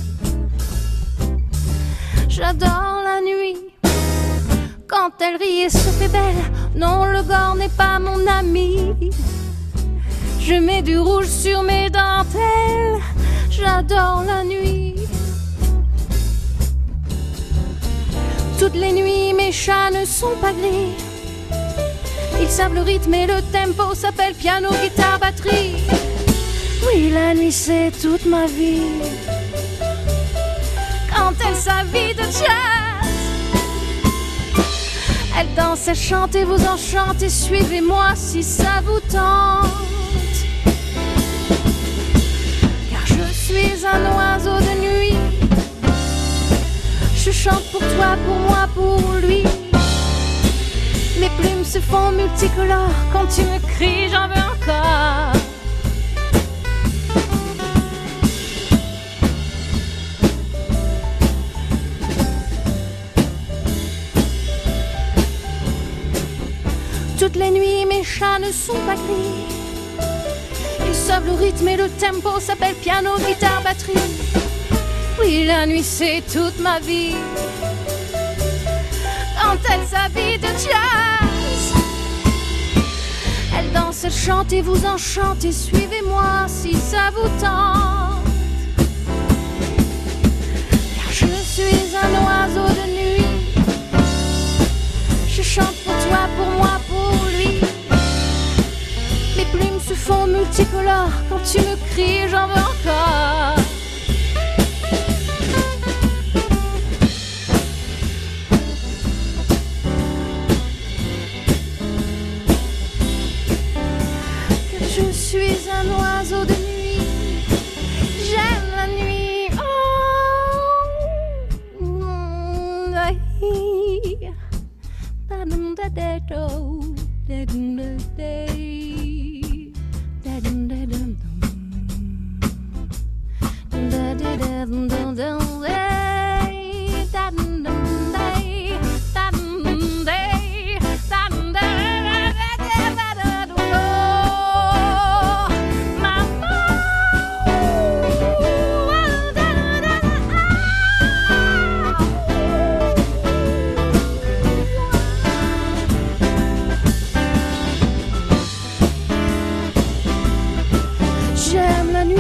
j'adore la nuit, quand elle rit et se fait belle. Non, le gore n'est pas mon ami. Je mets du rouge sur mes dentelles, j'adore la nuit. Toutes les nuits, mes chats ne sont pas gris. Ils savent le rythme et le tempo, s'appelle piano, guitare, batterie. Oui, la nuit, c'est toute ma vie. Quand elle s'habille de jazz, elle danse, elle chante et vous enchante. Et suivez-moi si ça vous tente. Car je suis un oiseau de nuit. Je chante pour toi, pour moi, pour lui. Mes plumes se font multicolores. Quand tu me cries, j'en veux encore. Toutes les nuits, mes chats ne sont pas gris. Ils savent le rythme et le tempo, s'appelle piano, guitare, batterie. Oui, la nuit, c'est toute ma vie. Quand elle s'habille de jazz, elle danse, elle chante et vous enchante. Et suivez-moi si ça vous tente. Car je suis un oiseau de nuit. Je chante pour toi, pour moi, pour lui. Mes plumes se font multicolores. Quand tu me cries, j'en veux encore. Je suis un oiseau de nuit, j'aime la nuit. Oh, mm, aïe. Da-dum, da-da-do, da-dum, da-day. Da-dum, da-dum, dum. Da-da-dum, dum, dum, day. Da-dum, dum, day. Da-dum, day. Da-dum, day. J'aime la nuit.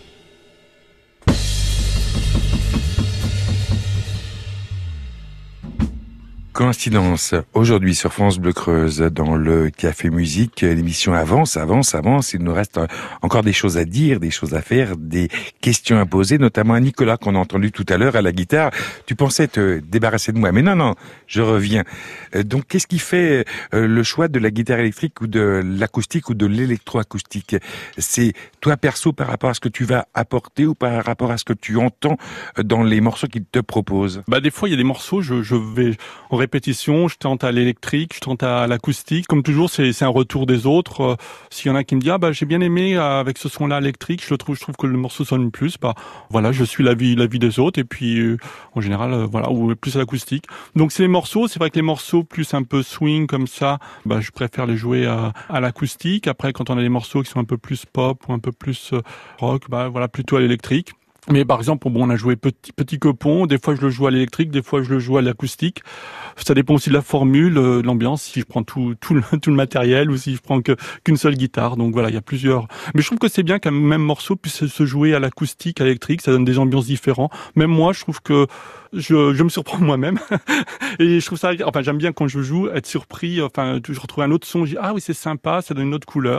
Coïncidence, aujourd'hui sur France Bleu Creuse, dans le Café Musique, l'émission avance, avance, avance. Il nous reste encore des choses à dire, des choses à faire, des questions à poser, notamment à Nicolas qu'on a entendu tout à l'heure à la guitare. Tu pensais te débarrasser de moi, mais non, non, je reviens. Donc, qu'est-ce qui fait le choix de la guitare électrique ou de l'acoustique ou de l'électroacoustique? C'est toi perso par rapport à ce que tu vas apporter ou par rapport à ce que tu entends dans les morceaux qu'ils te proposent? Bah, des fois, il y a des morceaux, je, je vais en répétition, je tente à l'électrique, je tente à l'acoustique. Comme toujours, c'est, c'est un retour des autres. Euh, s'il y en a qui me disent, ah, bah, j'ai bien aimé euh, avec ce son-là électrique, je le trouve, je trouve que le morceau sonne plus, bah, voilà, je suis l'avis, l'avis des autres, et puis, euh, en général, euh, voilà, ou plus à l'acoustique. Donc, c'est les morceaux, c'est vrai que les morceaux plus un peu swing comme ça, bah, je préfère les jouer à, à l'acoustique. Après, quand on a des morceaux qui sont un peu plus pop ou un peu plus euh, rock, bah, voilà, plutôt à l'électrique. Mais par exemple, bon, on a joué Petit Petit Copon, des fois je le joue à l'électrique, des fois je le joue à l'acoustique. Ça dépend aussi de la formule, de l'ambiance, si je prends tout tout le, tout le matériel ou si je prends que qu'une seule guitare. Donc voilà, il y a plusieurs. Mais je trouve que c'est bien qu'un même morceau puisse se jouer à l'acoustique, à l'électrique, ça donne des ambiances différentes. Même moi, je trouve que je, je me surprends moi-même et je trouve ça, enfin j'aime bien quand je joue être surpris, enfin je retrouve un autre son, je dis ah oui c'est sympa, ça donne une autre couleur.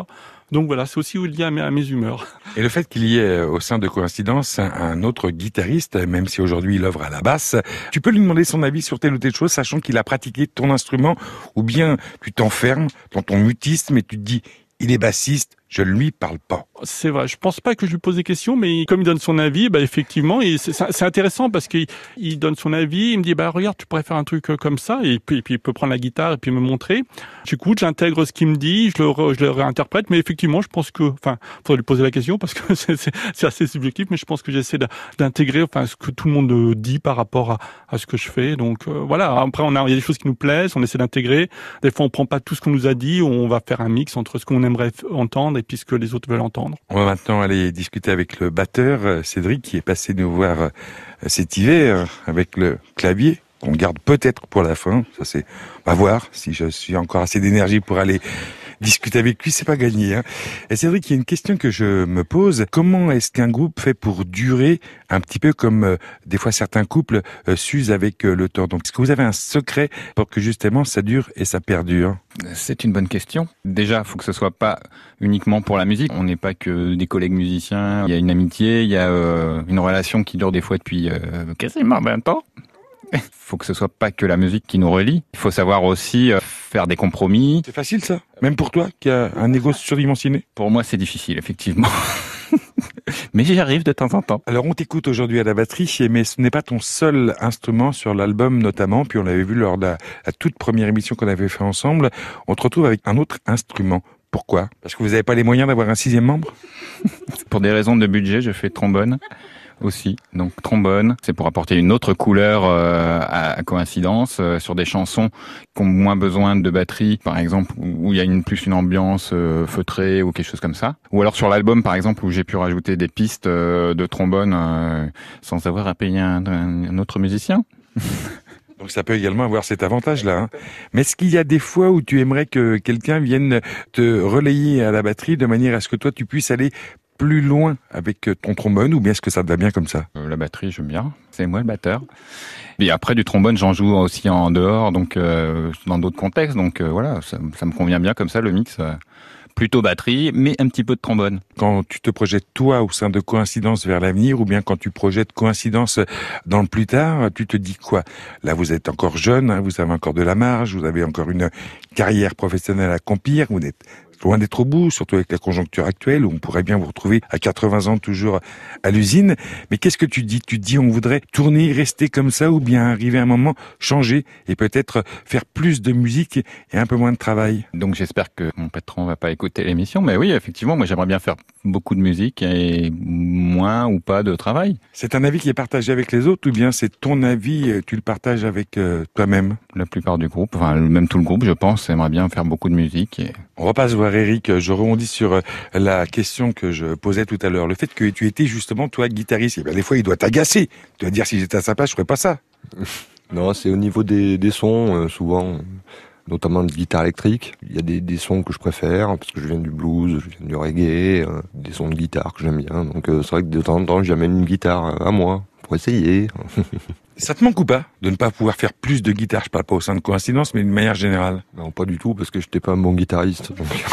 Donc voilà, c'est aussi lié à mes, à mes humeurs. Et le fait qu'il y ait au sein de Coïncidence un autre guitariste, même si aujourd'hui il œuvre à la basse, tu peux lui demander son avis sur telle ou telle chose, sachant qu'il a pratiqué ton instrument, ou bien tu t'enfermes dans ton mutisme et tu te dis, il est bassiste, je ne lui parle pas. C'est vrai, je pense pas que je lui pose des questions, mais comme il donne son avis, bah effectivement, et c'est, c'est intéressant parce qu'il il donne son avis, il me dit bah regarde, tu pourrais faire un truc comme ça, et puis, et puis il peut prendre la guitare et puis me montrer. J'écoute, j'intègre ce qu'il me dit, je le, re, je le réinterprète, mais effectivement, je pense que, enfin, faudrait lui poser la question parce que c'est, c'est, c'est assez subjectif, mais je pense que j'essaie de, d'intégrer, enfin, ce que tout le monde dit par rapport à, à ce que je fais. Donc euh, voilà. Après, on a, il y a des choses qui nous plaisent, on essaie d'intégrer. Des fois, on prend pas tout ce qu'on nous a dit, on va faire un mix entre ce qu'on aimerait entendre et puis ce que les autres veulent entendre. On va maintenant aller discuter avec le batteur Cédric qui est passé nous voir cet hiver avec le clavier qu'on garde peut-être pour la fin. Ça c'est, on va voir si je suis encore assez d'énergie pour aller discuter avec lui, c'est pas gagné. Hein. Et Cédric, il y a une question que je me pose. Comment est-ce qu'un groupe fait pour durer un petit peu comme euh, des fois certains couples euh, s'usent avec euh, le temps? Donc, est-ce que vous avez un secret pour que justement ça dure et ça perdure? C'est une bonne question. Déjà, il faut que ce soit pas uniquement pour la musique. On n'est pas que des collègues musiciens. Il y a une amitié, il y a euh, une relation qui dure des fois depuis euh, quasiment vingt ans. Il faut que ce soit pas que la musique qui nous relie. Il faut savoir aussi euh, faire des compromis. C'est facile ça? Même pour toi qui a un ego surdimensionné? Pour moi, c'est difficile, effectivement. Mais j'y arrive de temps en temps. Alors on t'écoute aujourd'hui à la batterie, mais ce n'est pas ton seul instrument sur l'album notamment, puis on l'avait vu lors de la, la toute première émission qu'on avait fait ensemble, on te retrouve avec un autre instrument. Pourquoi? Parce que vous n'avez pas les moyens d'avoir un sixième membre? Pour des raisons de budget, je fais trombone aussi. Donc trombone, c'est pour apporter une autre couleur euh, à, à Coïncidence euh, sur des chansons qui ont moins besoin de batterie, par exemple, où il y a une plus une ambiance euh, feutrée ou quelque chose comme ça. Ou alors sur l'album, par exemple, où j'ai pu rajouter des pistes euh, de trombone euh, sans avoir à payer un, un autre musicien. Donc ça peut également avoir cet avantage-là. Hein. Mais est-ce qu'il y a des fois où tu aimerais que quelqu'un vienne te relayer à la batterie de manière à ce que toi tu puisses aller plus loin avec ton trombone, ou bien est-ce que ça te va bien comme ça? euh, La batterie, j'aime bien. C'est moi le batteur. Et après, du trombone, j'en joue aussi en dehors, donc euh, dans d'autres contextes. Donc euh, voilà, ça, ça me convient bien comme ça, le mix. Euh, plutôt batterie, mais un petit peu de trombone. Quand tu te projettes toi au sein de Coïncidence vers l'avenir, ou bien quand tu projettes Coïncidence dans le plus tard, tu te dis quoi? Là, vous êtes encore jeune, hein, vous avez encore de la marge, vous avez encore une carrière professionnelle à accomplir, vous êtes loin d'être au bout, surtout avec la conjoncture actuelle où on pourrait bien vous retrouver à quatre-vingts ans toujours à l'usine. Mais qu'est-ce que tu dis? Tu te dis on voudrait tourner, rester comme ça, ou bien arriver à un moment, changer et peut-être faire plus de musique et un peu moins de travail? Donc j'espère que mon patron va pas écouter l'émission, mais oui, effectivement, moi j'aimerais bien faire beaucoup de musique et moins ou pas de travail. C'est un avis qui est partagé avec les autres, ou bien c'est ton avis, tu le partages avec euh, toi-même? La plupart du groupe, enfin même tout le groupe, je pense, aimerait bien faire beaucoup de musique. Et... On va pas se voir, Eric. Je rebondis sur la question que je posais tout à l'heure. Le fait que tu étais justement, toi, guitariste, et bien, des fois, il doit t'agacer. Tu vas dire, si j'étais à sa place, je ferais pas ça. Non, c'est au niveau des, des sons, euh, souvent, notamment de guitare électrique. Il y a des, des sons que je préfère, parce que je viens du blues, je viens du reggae, euh, des sons de guitare que j'aime bien. Donc, euh, c'est vrai que de temps en temps, j'amène une guitare à moi, pour essayer. Ça te manque ou pas de ne pas pouvoir faire plus de guitare? Je parle pas au sein de Coïncidence, mais d'une manière générale. Non, pas du tout, parce que j'étais pas un bon guitariste.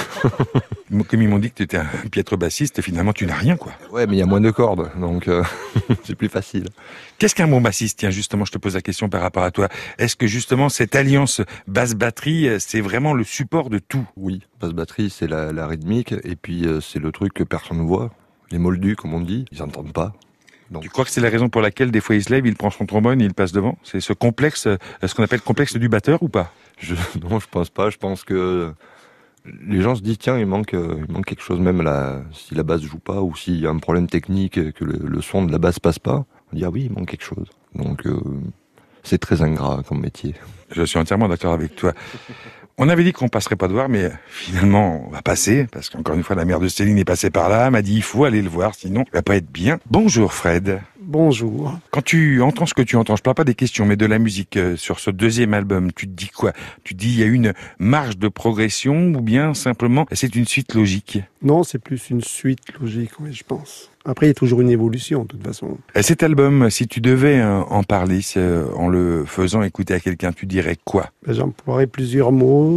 Donc. Comme ils m'ont dit que tu étais un piètre bassiste, finalement tu n'as rien, quoi. Ouais, mais il y a moins de cordes, donc euh, c'est plus facile. Qu'est-ce qu'un bon bassiste? Tiens, justement, je te pose la question par rapport à toi. Est-ce que justement cette alliance basse-batterie, c'est vraiment le support de tout? Oui, basse-batterie, c'est la, la rythmique, et puis euh, c'est le truc que personne ne voit. Les moldus, comme on dit, ils n'entendent pas. Donc. Tu crois que c'est la raison pour laquelle des fois il se lève, il prend son trombone et il passe devant? C'est ce complexe, ce qu'on appelle complexe du batteur ou pas? je, Non, je pense pas. Je pense que les gens se disent tiens, il manque, il manque quelque chose, même là, si la basse joue pas ou s'il y a un problème technique, que le, le son de la basse passe pas, on dit ah oui, il manque quelque chose. Donc euh, c'est très ingrat comme métier. Je suis entièrement d'accord avec toi. On avait dit qu'on passerait pas de voir, mais finalement, on va passer, parce qu'encore une fois, la mère de Céline est passée par là, m'a dit, il faut aller le voir, sinon, il va pas être bien. Bonjour, Fred. Bonjour. Quand tu entends ce que tu entends, je parle pas des questions, mais de la musique, euh, sur ce deuxième album, tu te dis quoi? Tu te dis, il y a une marge de progression, ou bien, simplement, c'est une suite logique? Non, c'est plus une suite logique, oui, je pense. Après, il y a toujours une évolution, de toute façon. Et cet album, si tu devais euh, en parler, euh, en le faisant écouter à quelqu'un, tu dirais quoi? Ben, j'emploierais plusieurs mots.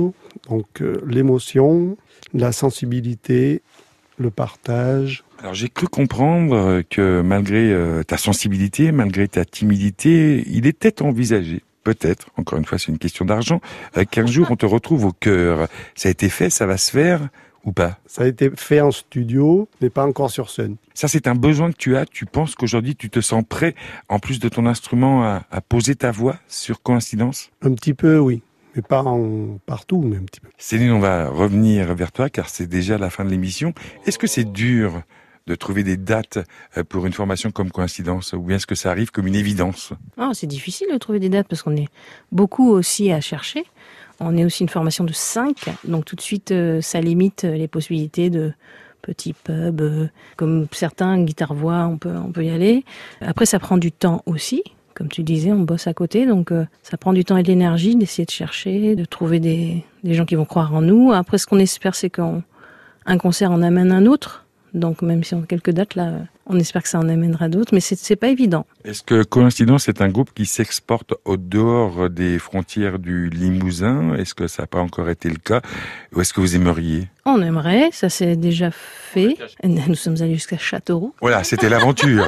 Donc euh, l'émotion, la sensibilité, le partage. Alors j'ai cru comprendre que malgré euh, ta sensibilité, malgré ta timidité, il était envisagé, peut-être, encore une fois c'est une question d'argent, euh, qu'un jour on te retrouve au chœur. Ça a été fait, ça va se faire ou pas? Ça a été fait en studio, mais pas encore sur scène. Ça c'est un besoin que tu as, tu penses qu'aujourd'hui tu te sens prêt, en plus de ton instrument, à, à poser ta voix sur Coïncidence? Un petit peu, oui. Mais pas en partout, mais un petit peu. Céline, on va revenir vers toi car c'est déjà la fin de l'émission. Est-ce que c'est dur de trouver des dates pour une formation comme Coïncidence, ou bien est-ce que ça arrive comme une évidence? Oh, c'est difficile de trouver des dates parce qu'on est beaucoup aussi à chercher. On est aussi une formation de cinq, donc tout de suite euh, ça limite les possibilités de petits pubs, euh, comme certains guitare-voix, on peut, on peut y aller. Après ça prend du temps aussi. Comme tu disais, on bosse à côté, donc euh, ça prend du temps et de l'énergie d'essayer de chercher, de trouver des, des gens qui vont croire en nous. Après, ce qu'on espère, c'est qu'un concert en amène un autre. Donc même si on a quelques dates, là, on espère que ça en amènera d'autres, mais c'est, c'est pas évident. Est-ce que Coïncidence est un groupe qui s'exporte au dehors des frontières du Limousin? Est-ce que ça n'a pas encore été le cas? Ou est-ce que vous aimeriez? On aimerait, ça s'est déjà fait. Nous sommes allés jusqu'à Châteauroux. Voilà, c'était l'aventure.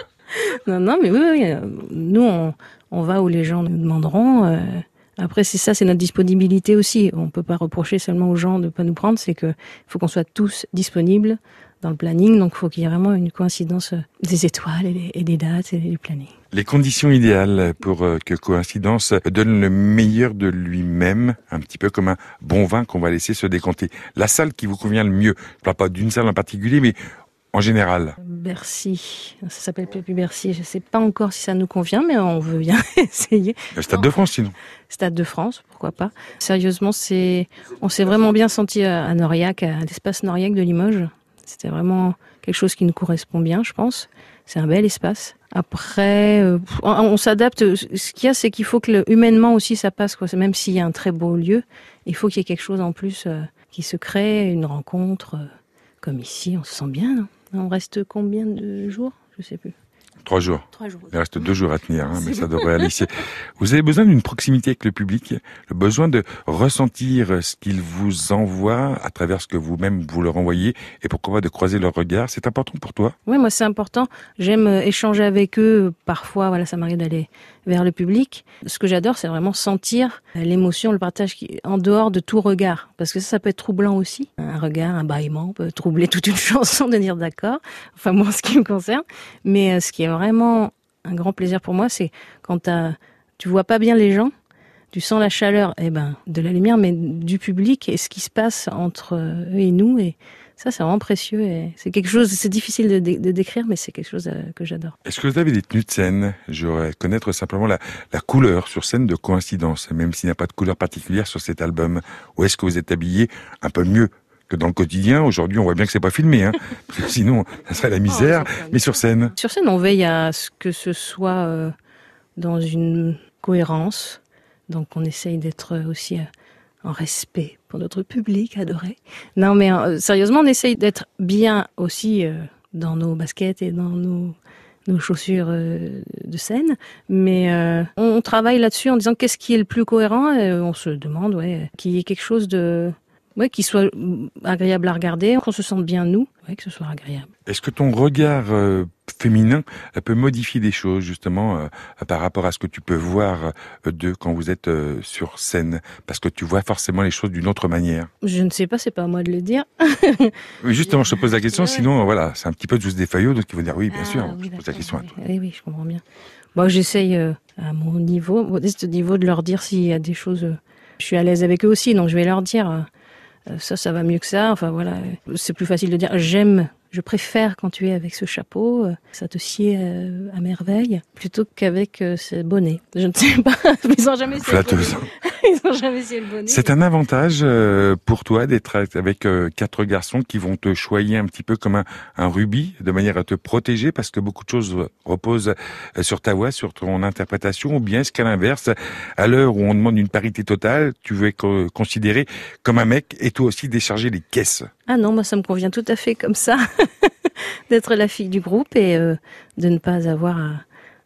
Non, non, mais oui, oui, nous, on, on va où les gens nous demanderont. Euh, après, c'est ça, c'est notre disponibilité aussi. On peut pas reprocher seulement aux gens de pas nous prendre, c'est que il faut qu'on soit tous disponibles dans le planning, donc il faut qu'il y ait vraiment une coïncidence des étoiles et des, et des dates et du planning. Les conditions idéales pour que Coïncidence donne le meilleur de lui-même, un petit peu comme un bon vin qu'on va laisser se décanter. La salle qui vous convient le mieux, je parle pas d'une salle en particulier, mais en général. Bercy, ça s'appelle Pépu Bercy. Je sais pas encore si ça nous convient, mais on veut bien essayer. Le Stade de France, sinon. Stade de France, pourquoi pas. Sérieusement, c'est, on s'est vraiment bien senti à Noriac, à l'espace Noriac de Limoges. C'était vraiment quelque chose qui nous correspond bien, je pense. C'est un bel espace. Après, euh, on, on s'adapte. Ce qu'il y a, c'est qu'il faut que le, humainement aussi ça passe, quoi. Même s'il y a un très beau lieu, il faut qu'il y ait quelque chose en plus euh, qui se crée, une rencontre. Euh, comme ici, on se sent bien, non? On reste combien de jours? Je sais plus. Trois jours. Trois jours. Il reste deux jours à tenir, hein, mais ça devrait aller. Vous avez besoin d'une proximité avec le public, le besoin de ressentir ce qu'ils vous envoient à travers ce que vous-même vous leur envoyez, et pourquoi pas de croiser leur regard. C'est important pour toi? Oui, moi c'est important. J'aime échanger avec eux. Parfois, voilà, ça m'arrive d'aller vers le public. Ce que j'adore, c'est vraiment sentir l'émotion, le partage qui, en dehors de tout regard. Parce que ça, ça peut être troublant aussi. Un regard, un bâillement peut troubler toute une chanson de dire d'accord. Enfin, moi, en ce qui me concerne. Mais ce qui est vraiment un grand plaisir pour moi, c'est quand t'as, tu vois pas bien les gens, tu sens la chaleur, eh ben, de la lumière, mais du public et ce qui se passe entre eux et nous. Et ça, c'est vraiment précieux. Et c'est quelque chose, c'est difficile de, de, de décrire, mais c'est quelque chose que j'adore. Est-ce que vous avez des tenues de scène? J'aurais connaître simplement la, la couleur sur scène de Coïncidence, même s'il n'y a pas de couleur particulière sur cet album. Ou est-ce que vous êtes habillé un peu mieux que dans le quotidien? Aujourd'hui, on voit bien que c'est pas filmé, hein. Parce que sinon, ça serait la misère. Oh, mais sur scène. Sur scène, on veille à ce que ce soit euh, dans une cohérence. Donc, on essaye d'être aussi euh, en respect pour notre public adoré. Non, mais euh, sérieusement, on essaye d'être bien aussi euh, dans nos baskets et dans nos nos chaussures euh, de scène, mais euh, on, on travaille là-dessus en disant qu'est-ce qui est le plus cohérent. Et on se demande, ouais, qu'il y ait quelque chose de Ouais, qui soit agréable à regarder, qu'on se sente bien nous, ouais, que ce soit agréable. Est-ce que ton regard euh, féminin euh, peut modifier des choses justement euh, par rapport à ce que tu peux voir euh, d'eux quand vous êtes euh, sur scène, parce que tu vois forcément les choses d'une autre manière? Je ne sais pas, c'est pas à moi de le dire. Oui, justement, je te pose la question, ouais, sinon ouais. Voilà, c'est un petit peu tous des faillots, donc ils vont dire oui, bien ah, sûr. Oui, je pose la question oui, à toi. Oui, oui, je comprends bien. Bon, j'essaye euh, à mon niveau, modeste niveau, de leur dire s'il y a des choses. Euh, je suis à l'aise avec eux aussi, donc je vais leur dire. Euh, Ça, ça va mieux que ça. Enfin voilà, c'est plus facile de dire j'aime, je préfère quand tu es avec ce chapeau, ça te sied à merveille, plutôt qu'avec ce bonnet. Je ne sais pas, ils n'ont jamais essayé le bonnet. Ils n'ont jamais essayé le bonnet. C'est un avantage pour toi d'être avec quatre garçons qui vont te choyer un petit peu comme un, un rubis, de manière à te protéger, parce que beaucoup de choses reposent sur ta voix, sur ton interprétation, ou bien est-ce qu'à l'inverse, à l'heure où on demande une parité totale, tu veux être considéré comme un mec et toi aussi décharger les caisses? Ah non, moi ça me convient tout à fait comme ça, d'être la fille du groupe et euh, de ne pas avoir à,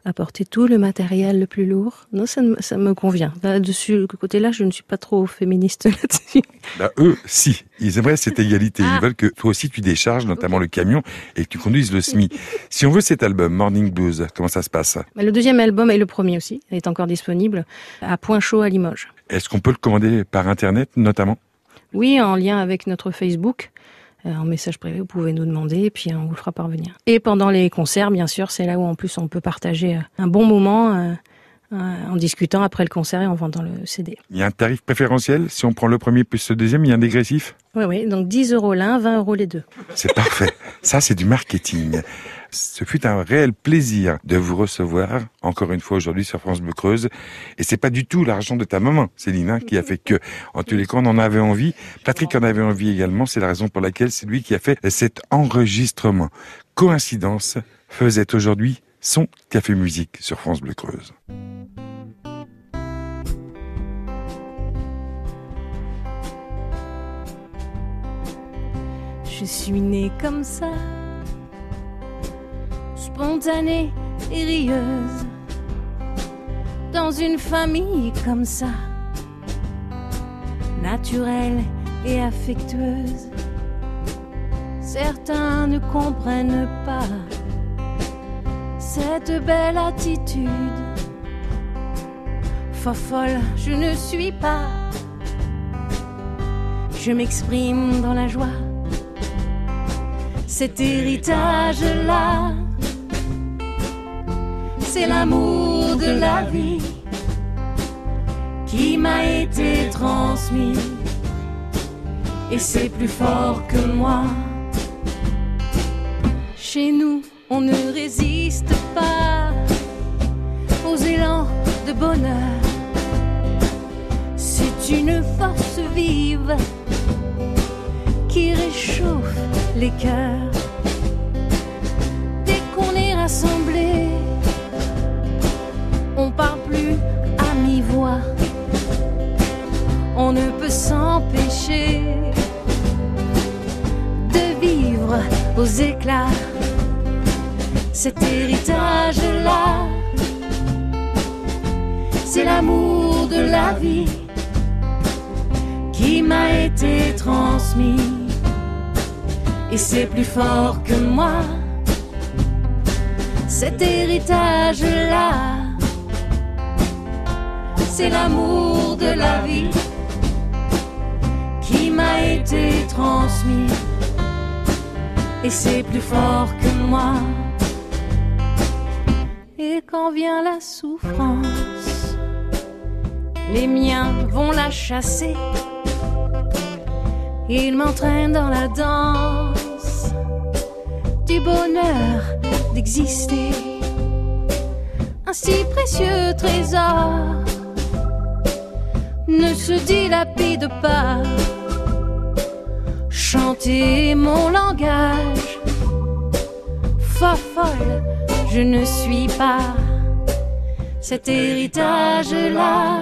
apporter tout le matériel le plus lourd. Non, ça, ça me convient. Là-dessus, de ce côté-là, je ne suis pas trop féministe là-dessus. Bah, eux, si. Ils aimeraient cette égalité. Ah. Ils veulent que toi aussi tu décharges, notamment okay. le camion, et que tu conduises le S M I. Si on veut cet album, Morning Blues, comment ça se passe? Le deuxième album et le premier aussi, il est encore disponible à Point Chaud à Limoges. Est-ce qu'on peut le commander par Internet, notamment? Oui, en lien avec notre Facebook. En message privé, vous pouvez nous demander et puis on vous le fera parvenir. Et pendant les concerts, bien sûr, c'est là où en plus on peut partager un bon moment euh, euh, en discutant après le concert et en vendant le C D. Il y a un tarif préférentiel si on prend le premier plus le deuxième, il y a un dégressif? Oui, oui, donc dix euros l'un, vingt euros les deux. C'est parfait. Ça, c'est du marketing. Ce fut un réel plaisir de vous recevoir, encore une fois aujourd'hui sur France Bleu Creuse. Et c'est pas du tout l'argent de ta maman, Céline, hein, qui a fait que, en tous les cas, on en avait envie. Patrick en avait envie également. C'est la raison pour laquelle c'est lui qui a fait cet enregistrement. Coïncidence faisait aujourd'hui son Café Musique sur France Bleu Creuse. Je suis née comme ça, spontanée et rieuse, dans une famille comme ça, naturelle et affectueuse. Certains ne comprennent pas cette belle attitude. Fofolle, je ne suis pas. Je m'exprime dans la joie. Cet héritage-là, c'est l'amour de la vie qui m'a été transmis, et c'est plus fort que moi. Chez nous, on ne résiste pas aux élans de bonheur. C'est une force vive qui réchauffe les cœurs. Dès qu'on est rassemblés, on parle plus à mi-voix. On ne peut s'empêcher de vivre aux éclats. Cet héritage-là, c'est l'amour de la vie qui m'a été transmis, et c'est plus fort que moi. Cet héritage-là, c'est l'amour de la vie qui m'a été transmis, et c'est plus fort que moi. Et quand vient la souffrance, les miens vont la chasser. Ils m'entraînent dans la danse du bonheur d'exister. Un si précieux trésor ne se dilapide pas. Chanter mon langage, fofolle, je ne suis pas. Cet héritage-là,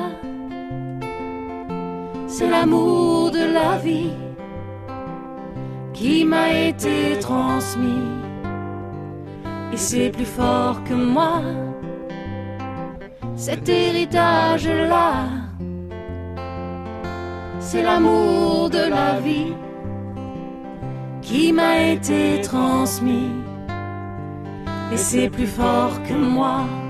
c'est l'amour de la vie qui m'a été transmis, et c'est plus fort que moi. Cet héritage-là, c'est l'amour de la vie qui m'a été transmis, et c'est plus fort que moi.